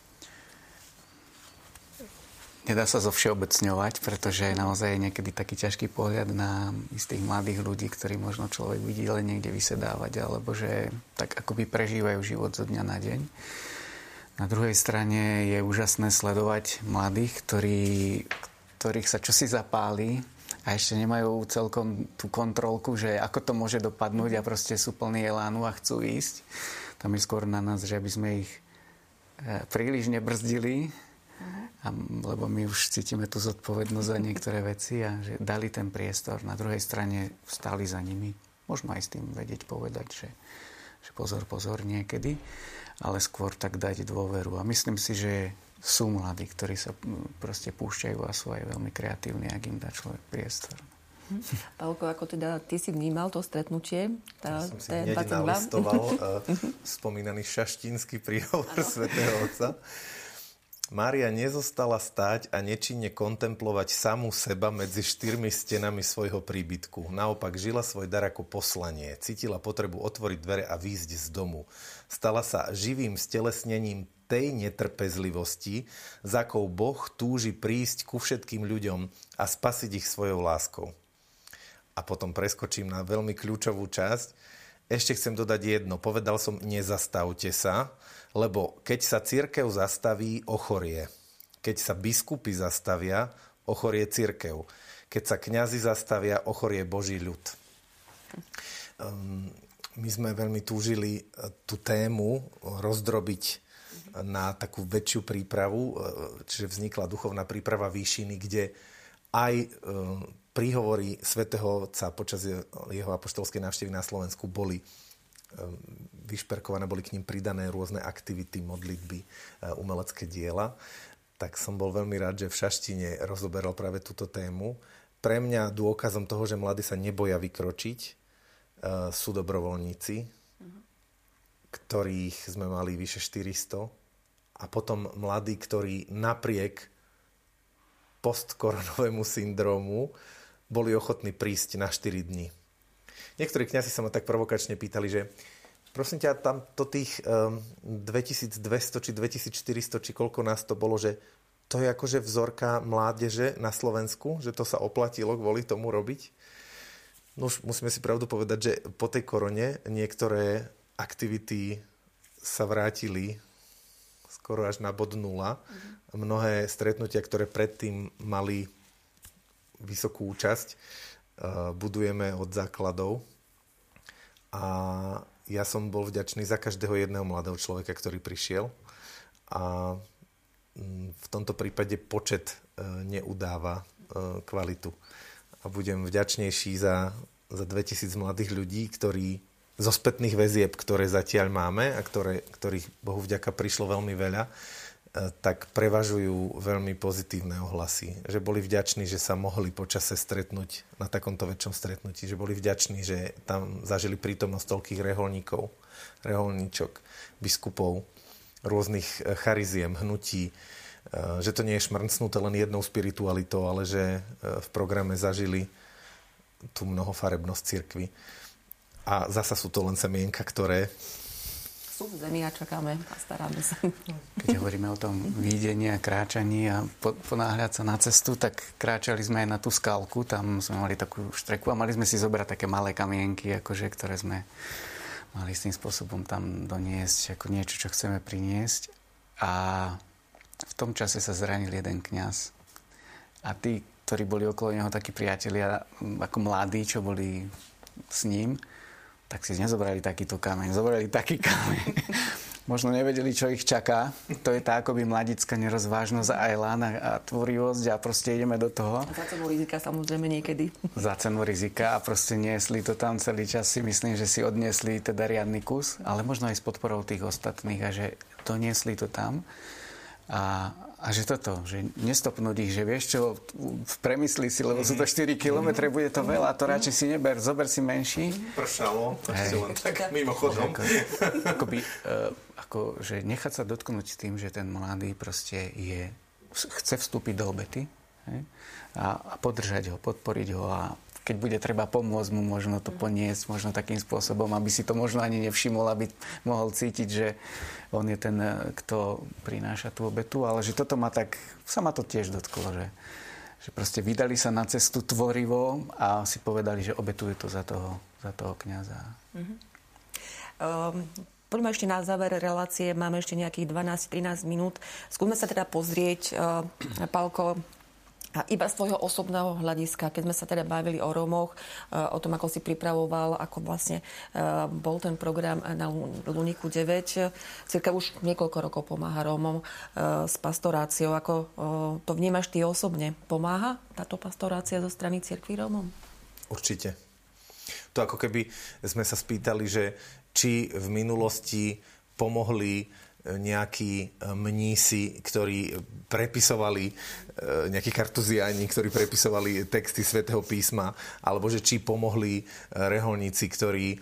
Nedá sa zovšeobecňovať, pretože je naozaj niekedy taký ťažký pohľad na istých mladých ľudí, ktorí možno človek vidí len niekde vysedávať, alebo že tak akoby prežívajú život zo dňa na deň. Na druhej strane je úžasné sledovať mladých, ktorí, ktorých sa čosi zapáli a ešte nemajú celkom tú kontrolku, že ako to môže dopadnúť a proste sú plní elánu a chcú ísť. Tam je skôr na nás, že aby sme ich príliš nebrzdili, a, lebo my už cítime tú zodpovednosť za niektoré veci a že dali ten priestor. Na druhej strane stáli za nimi. Môžeme aj s tým vedieť povedať, že, že pozor, pozor niekedy, ale skôr tak dať dôveru. A myslím si, že sú mladí, ktorí sa proste púšťajú a sú aj veľmi kreatívni, ak im dá človek priestor. Pálko, ako teda ty si vnímal to stretnutie? Tá, ja som si hneď nalistoval uh, spomínaný šaštínsky príhovor svätého Otca. Mária nezostala stáť a nečinne kontemplovať samú seba medzi štyrmi stenami svojho príbytku. Naopak žila svoj dar ako poslanie. Cítila potrebu otvoriť dvere a výjsť z domu. Stala sa živým stelesnením tej netrpezlivosti, za akou Boh túži prísť ku všetkým ľuďom a spasiť ich svojou láskou. A potom preskočím na veľmi kľúčovú časť. Ešte chcem dodať jedno. Povedal som, nezastavte sa, lebo keď sa cirkev zastaví, ochorie. Keď sa biskupy zastavia, ochorie cirkev. Keď sa kňazi zastavia, ochorie Boží ľud. Um, my sme veľmi túžili tú tému rozdrobiť na takú väčšiu prípravu, čiže vznikla duchovná príprava výšiny, kde aj um, príhovory svätého Otca počas jeho apoštolskej návštevy na Slovensku boli vyšperkované, boli k ním pridané rôzne aktivity, modlitby, umelecké diela. Tak som bol veľmi rád, že v Šaštine rozoberal práve túto tému. Pre mňa dôkazom toho, že mladí sa neboja vykročiť, sú dobrovoľníci, ktorých sme mali vyše štyristo. A potom mladí, ktorí napriek postkoronovému syndrómu boli ochotní prísť na štyri dni. Niektorí kňazi sa ma tak provokačne pýtali, že prosím ťa, tam to tých um, dvetisícdvesto či dvetisícštyristo, či koľko nás to bolo, že to je akože vzorka mládeže na Slovensku, že to sa oplatilo kvôli tomu robiť. No už musíme si pravdu povedať, že po tej korone niektoré aktivity sa vrátili skoro až na bod nula. Mm-hmm. Mnohé stretnutia, ktoré predtým mali vysokú účasť, budujeme od základov. A ja som bol vďačný za každého jedného mladého človeka, ktorý prišiel. A v tomto prípade počet neudáva kvalitu. A budem vďačnejší za, za dvetisíc mladých ľudí, ktorí zo spätných väzieb, ktoré zatiaľ máme a ktoré, ktorých Bohu vďaka prišlo veľmi veľa, tak prevažujú veľmi pozitívne ohlasy. Že boli vďační, že sa mohli počase stretnúť na takomto väčšom stretnutí. Že boli vďační, že tam zažili prítomnosť toľkých reholníkov, reholníčok, biskupov, rôznych chariziem, hnutí. Že to nie je šmrncnuté len jednou spiritualitou, ale že v programe zažili tú mnohofarebnosť cirkvi. A zasa sú to len semienka, ktoré sú v zemi a čakáme a staráme sa. Keď hovoríme o tom výdení a kráčaní a po, ponáhľať sa na cestu, tak kráčali sme aj na tú skalku, tam sme mali takú štreku a mali sme si zobrať také malé kamienky, akože, ktoré sme mali s tým spôsobom tam doniesť ako niečo, čo chceme priniesť. A v tom čase sa zranil jeden kňaz. A tí, ktorí boli okolo neho, takí priatelia, ako mladí, čo boli s ním, tak si nezobrali takýto kameň, zobrali taký kameň. Možno nevedeli, čo ich čaká. To je tá akoby mladická nerozvážnosť a elán a tvorivosť a proste ideme do toho. Za cenu rizika samozrejme niekedy. Za cenu rizika a proste niesli to tam celý čas. Si myslím, že si odniesli teda riadny kus, ale možno aj s podporou tých ostatných a že doniesli to tam. A, a že toto, že nestopnúť ich, že vieš čo, premyslí si, lebo sú to štyri kilometre, bude to veľa, to radšej si neber, zober si menší. Pršalo, proste len tak mimochodom. Ako, akoby, uh, ako, že nechať sa dotknúť tým, že ten mladý proste je, chce vstúpiť do obety, hej? A, a podržať ho, podporiť ho a keď bude treba pomôcť mu, možno to poniesť, možno takým spôsobom, aby si to možno ani nevšimol, aby mohol cítiť, že on je ten, kto prináša tú obetu, ale že toto ma tak, sa ma to tiež dotklo, že, že proste vydali sa na cestu tvorivo a si povedali, že obetujú to za toho, za toho kňaza. Mm-hmm. Um... Poďme ešte na záver relácie, máme ešte nejakých dvanásť trinásť minút. Skúsme sa teda pozrieť, uh, Pálko, a iba z tvojho osobného hľadiska, keď sme sa teda bavili o Rómoch, uh, o tom, ako si pripravoval, ako vlastne uh, bol ten program na Luníku deväť. Cirka už niekoľko rokov pomáha Rómom uh, s pastoráciou. Ako uh, to vnímaš ty osobne? Pomáha táto pastorácia zo strany cirkvi Rómom? Určite. To ako keby sme sa spýtali, že či v minulosti pomohli nejakí mnísi, ktorí prepisovali, nejakí kartuziáni, ktorí prepisovali texty Svätého písma, alebo že či pomohli reholníci, ktorí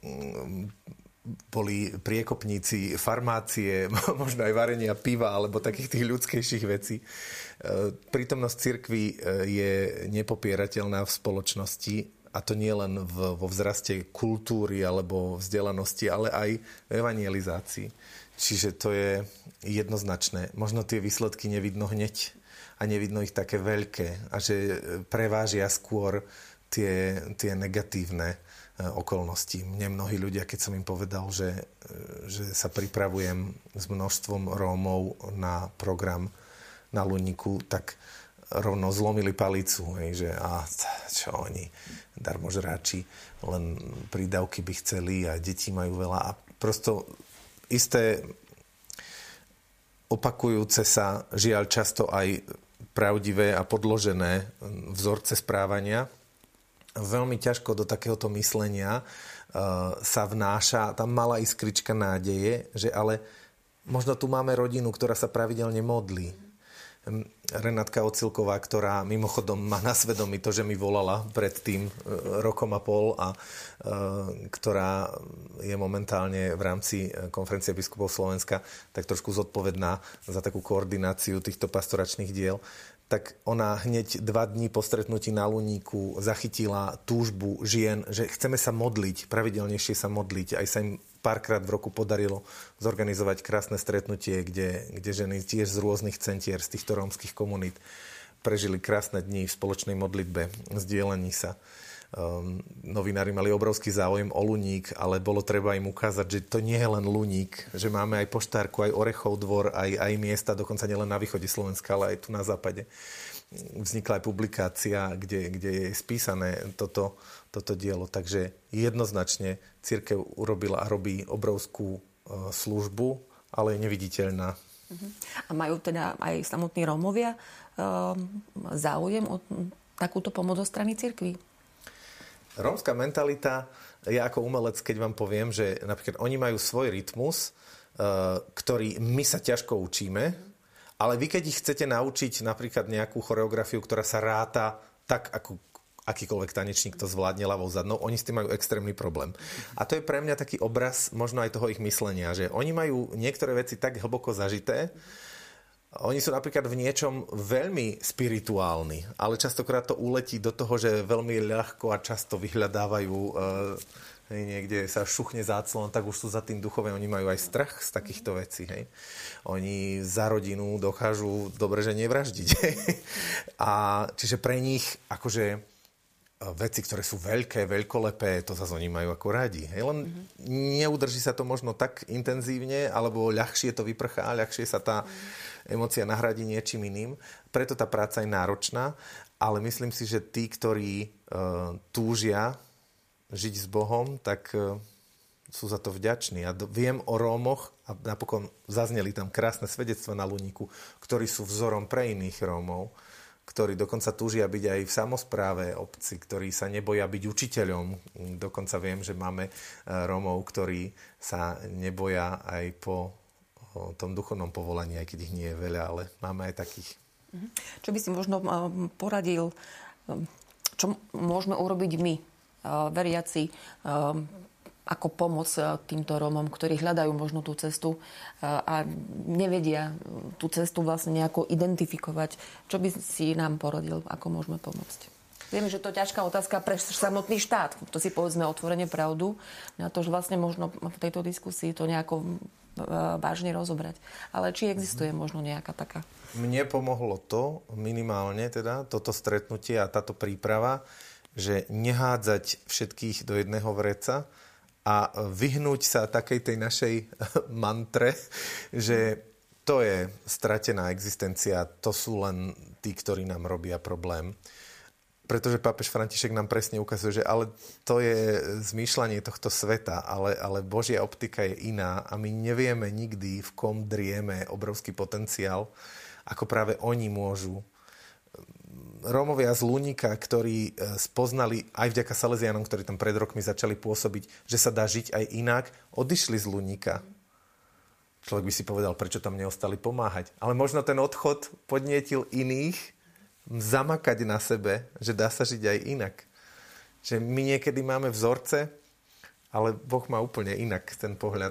boli priekopníci farmácie, možno aj varenia piva, alebo takých tých ľudskejších vecí. Prítomnosť cirkvi je nepopierateľná v spoločnosti, a to nie len v, vo vzraste kultúry alebo vzdelanosti, ale aj v evangelizácii. Čiže to je jednoznačné. Možno tie výsledky nevidno hneď a nevidno ich také veľké a že prevážia skôr tie, tie negatívne okolnosti. Mne mnohí ľudia, keď som im povedal, že, že sa pripravujem s množstvom Rómov na program na Luníku, tak rovno zlomili palicu, hej, že a čo oni, darmožráči, len prídavky by chceli a deti majú veľa a prosto isté opakujúce sa, žiaľ často aj pravdivé a podložené vzorce správania. Veľmi ťažko do takéhoto myslenia uh, sa vnáša tá malá iskrička nádeje, že ale možno tu máme rodinu, ktorá sa pravidelne modlí. Renátka Ocilková, ktorá mimochodom má na svedomí to, že mi volala pred tým rokom a pol a e, ktorá je momentálne v rámci Konferencie biskupov Slovenska tak trošku zodpovedná za takú koordináciu týchto pastoračných diel, tak ona hneď dva dní po stretnutí na Luníku zachytila túžbu žien, že chceme sa modliť, pravidelnejšie sa modliť. Aj sa im párkrát v roku podarilo zorganizovať krásne stretnutie, kde, kde ženy tiež z rôznych centier, z týchto rómskych komunít prežili krásne dni v spoločnej modlitbe, zdieľaní sa. Um, novinári mali obrovský záujem o Luník, ale bolo treba im ukázať, že to nie je len Luník, že máme aj Poštárku, aj Orechov dvor, aj, aj miesta, dokonca nielen na východe Slovenska, ale aj tu na západe. Vznikla aj publikácia, kde, kde je spísané toto, toto dielo. Takže jednoznačne cirkev urobila a robí obrovskú uh, službu, ale je neviditeľná. A majú teda aj samotní Rómovia uh, záujem o takúto pomoc zo strany cirkvi? Rómska mentalita, ja ako umelec, keď vám poviem, že napríklad oni majú svoj rytmus, ktorý my sa ťažko učíme, ale vy keď ich chcete naučiť napríklad nejakú choreografiu, ktorá sa ráta tak, ako akýkoľvek tanečník to zvládne ľavou zadnou, oni s tým majú extrémny problém. A to je pre mňa taký obraz možno aj toho ich myslenia, že oni majú niektoré veci tak hlboko zažité. Oni sú napríklad v niečom veľmi spirituálni, ale častokrát to uletí do toho, že veľmi ľahko a často vyhľadávajú, e, niekde sa šuchne záclon, tak už sú za tým duchovým. Oni majú aj strach z takýchto vecí. Hej. Oni za rodinu dokážu dobre, že nevraždiť. A čiže pre nich akože veci, ktoré sú veľké, veľkolepé, to zase oni majú ako radi. Hej. Len mm-hmm. neudrží sa to možno tak intenzívne, alebo ľahšie to vyprchá, ľahšie sa tá emócia nahradí niečím iným. Preto tá práca je náročná, ale myslím si, že tí, ktorí uh, túžia žiť s Bohom, tak uh, sú za to vďační. A do, viem o Rómoch, a napokon zazneli tam krásne svedectva na Luníku, ktorí sú vzorom pre iných Rómov, ktorí dokonca túžia byť aj v samospráve obci, ktorí sa neboja byť učiteľom. Dokonca viem, že máme Rómov, ktorí sa neboja aj po o tom duchovnom povolaní, aj keď ich nie je veľa, ale máme aj takých. Čo by si možno poradil, čo môžeme urobiť my, veriaci, ako pomoc týmto Rómom, ktorí hľadajú možno tú cestu a nevedia tú cestu vlastne nejako identifikovať. Čo by si nám poradil, ako môžeme pomôcť? Vieme, že to je ťažká otázka pre samotný štát. To si povedzme otvorene pravdu. Na to, že vlastne možno v tejto diskusii to nejako vážne rozobrať. Ale či existuje možno nejaká taká? Mne pomohlo to, minimálne teda, toto stretnutie a táto príprava, že nehádzať všetkých do jedného vreca a vyhnúť sa takej tej našej mantre, že to je stratená existencia, to sú len tí, ktorí nám robia problém. Pretože pápež František nám presne ukazuje, že ale to je zmýšľanie tohto sveta, ale, ale Božia optika je iná a my nevieme nikdy, v kom drieme obrovský potenciál, ako práve oni môžu. Rómovia z Luníka, ktorí spoznali aj vďaka Salesianom, ktorí tam pred rokmi začali pôsobiť, že sa dá žiť aj inak, odišli z Luníka. Človek by si povedal, prečo tam neostali pomáhať. Ale možno ten odchod podnietil iných zamakať na sebe, že dá sa žiť aj inak. Že my niekedy máme vzorce, ale Boh má úplne inak ten pohľad.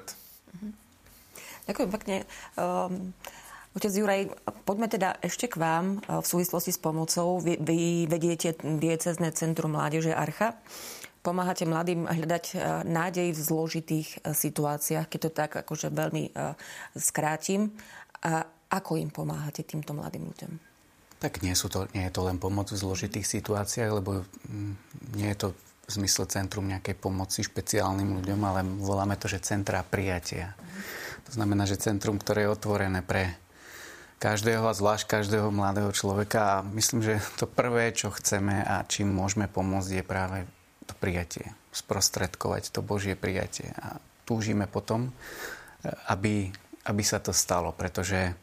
Ďakujem pekne. Um, otec Juraj, poďme teda ešte k vám v súvislosti s pomocou. Vy, vy vediete diecézne centrum Mládeže Archa. Pomáhate mladým hľadať nádej v zložitých situáciách, keď to tak akože veľmi uh, skrátim. A ako im pomáhate týmto mladým ľuďom? Tak nie, sú to, nie je to len pomoc v zložitých situáciách, lebo nie je to v zmysle centrum nejakej pomoci špeciálnym ľuďom, ale voláme to, že centra prijatia. To znamená, že centrum, ktoré je otvorené pre každého a zvlášť každého mladého človeka. A myslím, že to prvé, čo chceme a čím môžeme pomôcť, je práve to prijatie. Sprostredkovať to Božie prijatie. A túžime potom, aby, aby sa to stalo, pretože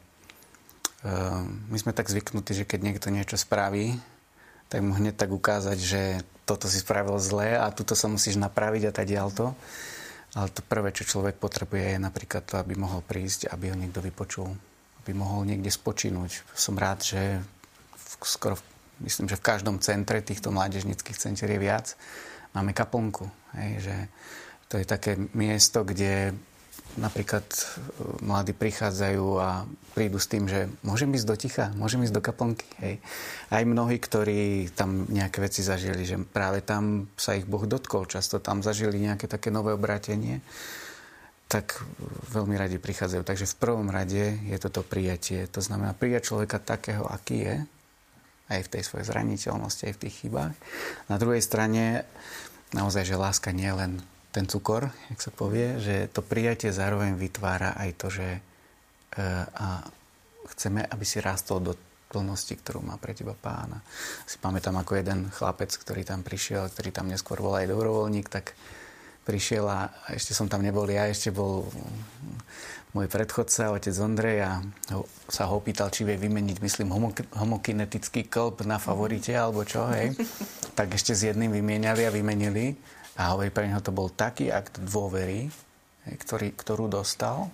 my sme tak zvyknutí, že keď niekto niečo spraví, tak mu hneď tak ukázať, že toto si spravil zle a tuto sa musíš napraviť a tak ďalto. Ale to prvé, čo človek potrebuje, je napríklad to, aby mohol prísť, aby ho niekto vypočul, aby mohol niekde spočinúť. Som rád, že v, skoro, myslím, že v každom centre týchto mládežníckych centier je viac. Máme kaplnku. Hej, že to je také miesto, kde napríklad mladí prichádzajú a prídu s tým, že môžem ísť do ticha, môžem ísť do kaplnky. Hej. Aj mnohí, ktorí tam nejaké veci zažili, že práve tam sa ich Boh dotkol, často tam zažili nejaké také nové obrátenie, tak veľmi radi prichádzajú. Takže v prvom rade je toto prijatie. To znamená prijať človeka takého, aký je, aj v tej svojej zraniteľnosti, aj v tých chybách. Na druhej strane naozaj, že láska nie je len ten cukor, jak sa povie, že to prijatie zároveň vytvára aj to, že e, a chceme, aby si rástol do plnosti, ktorú má pre teba Pána. Si pamätám, ako jeden chlapec, ktorý tam prišiel, ktorý tam neskôr bol aj dobrovoľník, tak prišiel a ešte som tam nebol ja, ešte bol môj predchodca, otec Ondrej, a ho, sa ho opýtal, či vie vymeniť, myslím, homo- homokinetický klb na favorite, alebo čo, hej. Tak ešte s jedným vymieniali a vymenili. A hovorí, pre neho to bol taký akt dôvery, hej, ktorý, ktorú dostal,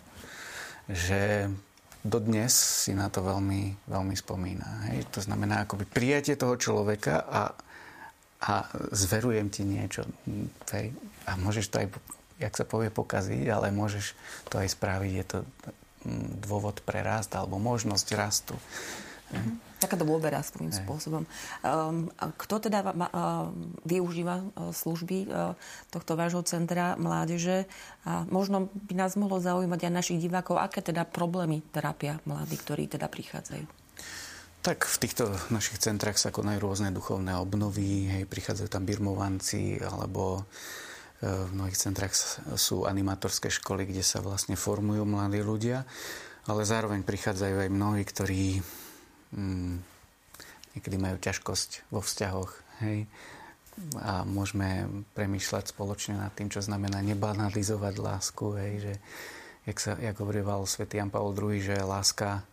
že dodnes si na to veľmi, veľmi spomína. Hej. To znamená akoby prijatie toho človeka a, a zverujem ti niečo. Hej. A môžeš to aj, jak sa povie, pokaziť, ale môžeš to aj spraviť. Je to dôvod pre rast alebo možnosť rastu. Mm-hmm. Taká dôvera svojím Hej. spôsobom. Um, kto teda uh, využíva uh, služby uh, tohto vášho centra mládeže? A možno by nás mohlo zaujímať aj našich divákov, aké teda problémy trápia mladí, ktorí teda prichádzajú? Tak v týchto našich centrách sa konajú rôzne duchovné obnovy, hej, prichádzajú tam birmovanci, alebo uh, v mnohých centrách sú animátorské školy, kde sa vlastne formujú mladí ľudia, ale zároveň prichádzajú aj mnohí, ktorí Hmm, niekedy majú ťažkosť vo vzťahoch, hej. A môžeme premýšľať spoločne nad tým, čo znamená nebanalizovať lásku, hej, že jak, sa, jak hovorieval svätý Ján Pavol druhý, že láska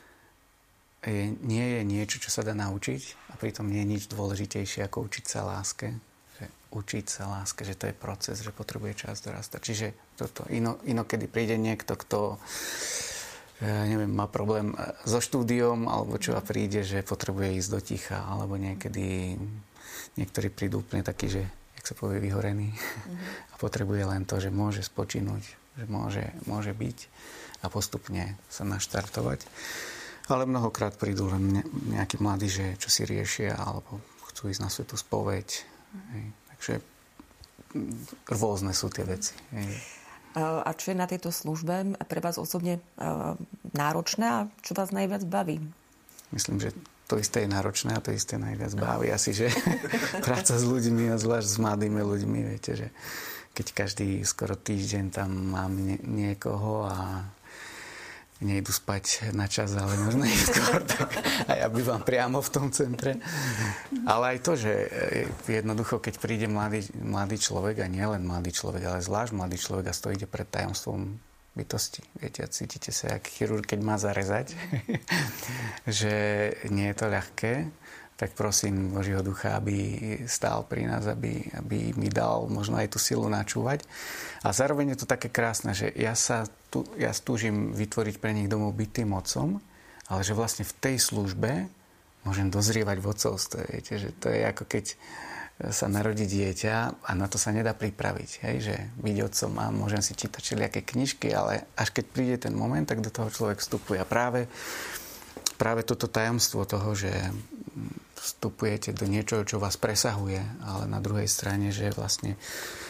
je, nie je niečo, čo sa dá naučiť, a pritom nie je nič dôležitejšie ako učiť sa láske. Že učiť sa láske, že to je proces, že potrebuje čas dorastať. Čiže toto, ino, inokedy príde niekto, kto ja neviem, má problém so štúdiom, alebo čo, a príde, že potrebuje ísť do ticha, alebo niekedy niektorí prídu úplne takí, že, jak sa povie, vyhorený, mm-hmm. a potrebuje len to, že môže spočinúť, že môže, môže byť a postupne sa naštartovať. Ale mnohokrát prídu len nejakí mladí, že čo si riešia, alebo chcú ísť na svätú spoveď. Mm-hmm. Hej. Takže rôzne sú tie veci. Hej. A čo je na tejto službe pre vás osobne náročné a čo vás najviac baví? Myslím, že to isté je náročné a to isté najviac baví. Asi, že práca s ľuďmi a zvlášť s mladými ľuďmi, viete, že keď každý skoro týždeň tam mám nie- niekoho a nejdu spať na čas, ale možno i skôr. A ja bývam priamo v tom centre. Ale aj to, že jednoducho, keď príde mladý, mladý človek, a nie len mladý človek, ale zvlášť mladý človek a stojíte pred tajomstvom bytosti. Viete, a cítite sa jak chirurg, keď má zarezať. Že nie je to ľahké. Tak prosím Božieho ducha, aby stál pri nás, aby, aby mi dal možno aj tú silu načúvať. A zároveň je to také krásne, že ja sa tu, ja stúžim vytvoriť pre nich domov byť tým otcom, ale že vlastne v tej službe môžem dozrievať v otcovstve. Viete, že to je ako keď sa narodí dieťa a na to sa nedá pripraviť. Hej, že byť otcom a môžem si čítať všelijaké knižky, ale až keď príde ten moment, tak do toho človek vstupuje. A práve, práve toto tajomstvo toho, že vstupujete do niečoho, čo vás presahuje, ale na druhej strane, že vlastne e,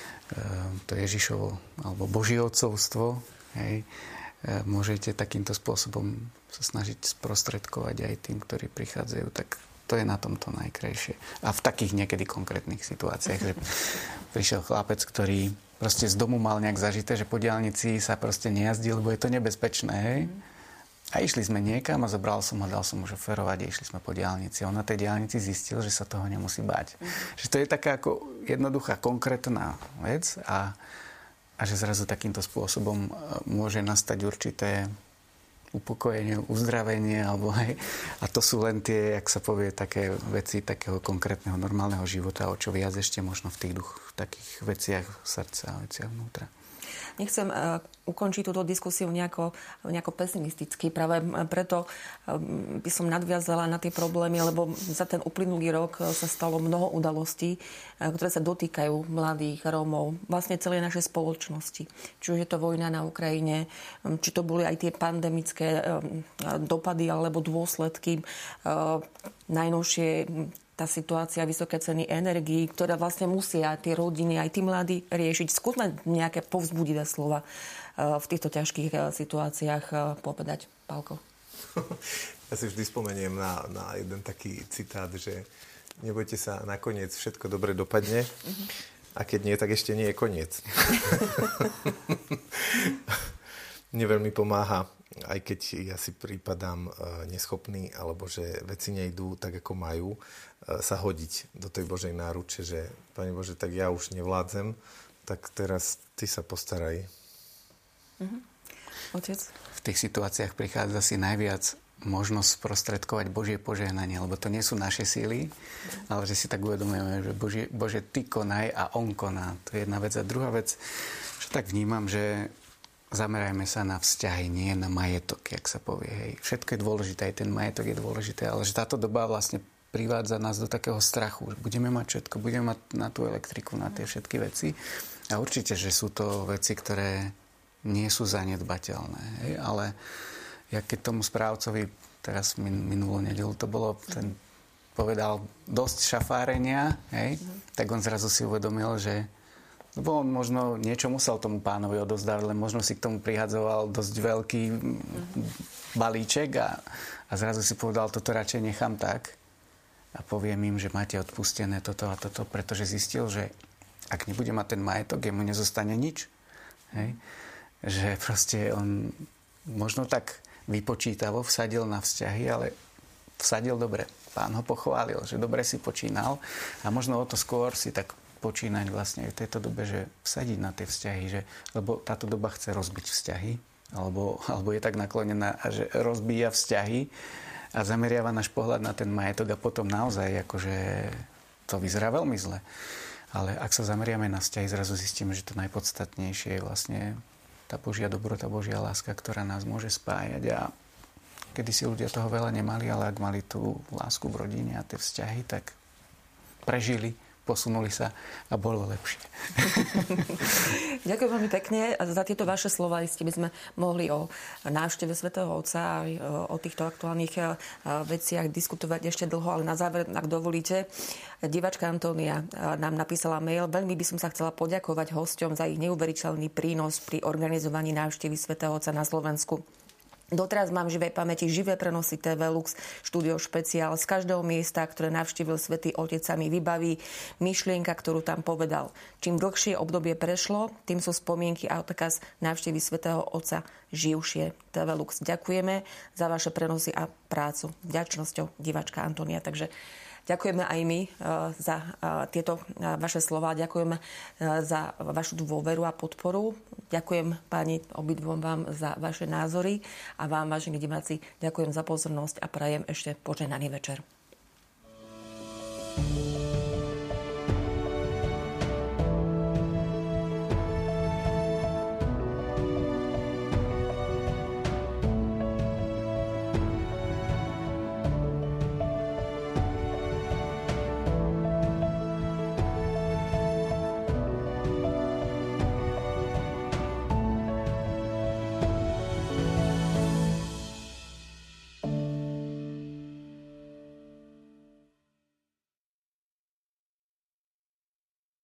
to Ježišovo alebo Božie otcovstvo, hej, e, môžete takýmto spôsobom sa snažiť sprostredkovať aj tým, ktorí prichádzajú, tak to je na tomto najkrajšie. A v takých niekedy konkrétnych situáciách, že prišiel chlapec, ktorý proste z domu mal nejak zažité, že po diaľnici sa proste nejazdil, lebo je to nebezpečné, hej. A išli sme niekam a zobral som ho, dal som mu šoferovať a išli sme po diaľnici. On na tej diaľnici zistil, že sa toho nemusí bať. Mm. Že to je taká ako jednoduchá, konkrétna vec a, a že zrazu takýmto spôsobom môže nastať určité upokojenie, uzdravenie, alebo hej. A to sú len tie, jak sa povie, také veci takého konkrétneho, normálneho života, o čo viac ešte možno v tých duch, v takých veciach srdca a veciach vnútra. Nechcem uh, ukončiť túto diskusiu nejako, nejako pesimisticky. Práve preto uh, by som nadviazala na tie problémy, lebo za ten uplynulý rok sa stalo mnoho udalostí, uh, ktoré sa dotýkajú mladých Rómov, vlastne celej našej spoločnosti. Či už je to vojna na Ukrajine, um, či to boli aj tie pandemické um, dopady alebo dôsledky. Uh, najnovšie tá situácia, vysoké ceny energií, ktoré vlastne musia tie rodiny, aj tí mladí riešiť. Skúsme nejaké povzbudivé slova v týchto ťažkých situáciách povedať. Pálko. Ja si vždy spomeniem na, na jeden taký citát, že nebojte sa, nakoniec všetko dobre dopadne. Mm-hmm. A keď nie, tak ešte nie je koniec. Mne veľmi pomáha, aj keď ja si prípadám neschopný, alebo že veci nejdú tak, ako majú, sa hodiť do tej Božej náruče, že Pane Bože, tak ja už nevládzem, tak teraz Ty sa postaraj. Mhm. Otec? V tých situáciách prichádza si najviac možnosť sprostredkovať Božie požehnanie, lebo to nie sú naše síly, ale že si tak uvedomujeme, že Bože, Bože, Ty konaj a On koná. To je jedna vec. A druhá vec, že tak vnímam, že zamerajme sa na vzťahy, nie na majetok, jak sa povie. Hej. Všetko je dôležité, aj ten majetok je dôležité, ale že táto doba vlastne privádza nás do takého strachu, že budeme mať všetko, budeme mať na tú elektriku, na tie všetky veci. A určite, že sú to veci, ktoré nie sú zanedbateľné. Hej. Ale ja keď tomu správcovi, teraz min, minulú nedeľu to bolo, ten povedal dosť šafárenia, hej, tak on zrazu si uvedomil, že lebo on možno niečo musel tomu pánovi odozdať, len možno si k tomu prihadzoval dosť veľký balíček a, a zrazu si povedal, toto radšej nechám tak a poviem im, že máte odpustené toto a toto, pretože zistil, že ak nebude mať ten majetok, jemu nezostane nič. Hej? Že proste on možno tak vypočítavo vsadil na vzťahy, ale vsadil dobre. Pán ho pochválil, že dobre si počínal a možno o to skôr si tak počínať vlastne v tejto dobe, že vsadiť na tie vzťahy, že, lebo táto doba chce rozbiť vzťahy, alebo, alebo je tak naklonená, že rozbíja vzťahy a zameriava náš pohľad na ten majetok a potom naozaj akože to vyzerá veľmi zle. Ale ak sa zameriame na vzťahy, zrazu zistíme, že to najpodstatnejšie je vlastne tá Božia dobrota, Božia láska, ktorá nás môže spájať a kedysi ľudia toho veľa nemali, ale ak mali tú lásku v rodine a tie vzťahy, tak prežili, posunuli sa a bolo lepšie. Ďakujem veľmi pekne za tieto vaše slova. Isté by sme mohli o návšteve Svätého Otca aj o týchto aktuálnych veciach diskutovať ešte dlho, ale na záver, ak dovolíte, diváčka Antónia nám napísala mail. Veľmi by som sa chcela poďakovať hosťom za ich neuveriteľný prínos pri organizovaní návštevy Svätého Otca na Slovensku. Doteraz mám v živej pamäti živé prenosy té vé Lux, štúdio špeciál z každého miesta, ktoré navštívil Svätý Otec, sa mi vybaví myšlienka, ktorú tam povedal. Čím dlhšie obdobie prešlo, tým sú spomienky a odkaz návštevy Svätého Otca živšie. té vé Lux, ďakujeme za vaše prenosy a prácu. Vďačnosťou diváčka Antónia. Takže ďakujeme aj my za tieto vaše slová. Ďakujeme za vašu dôveru a podporu. Ďakujem páni obidvom vám za vaše názory a vám, vážení diváci, ďakujem za pozornosť a prajem ešte požehnaný večer.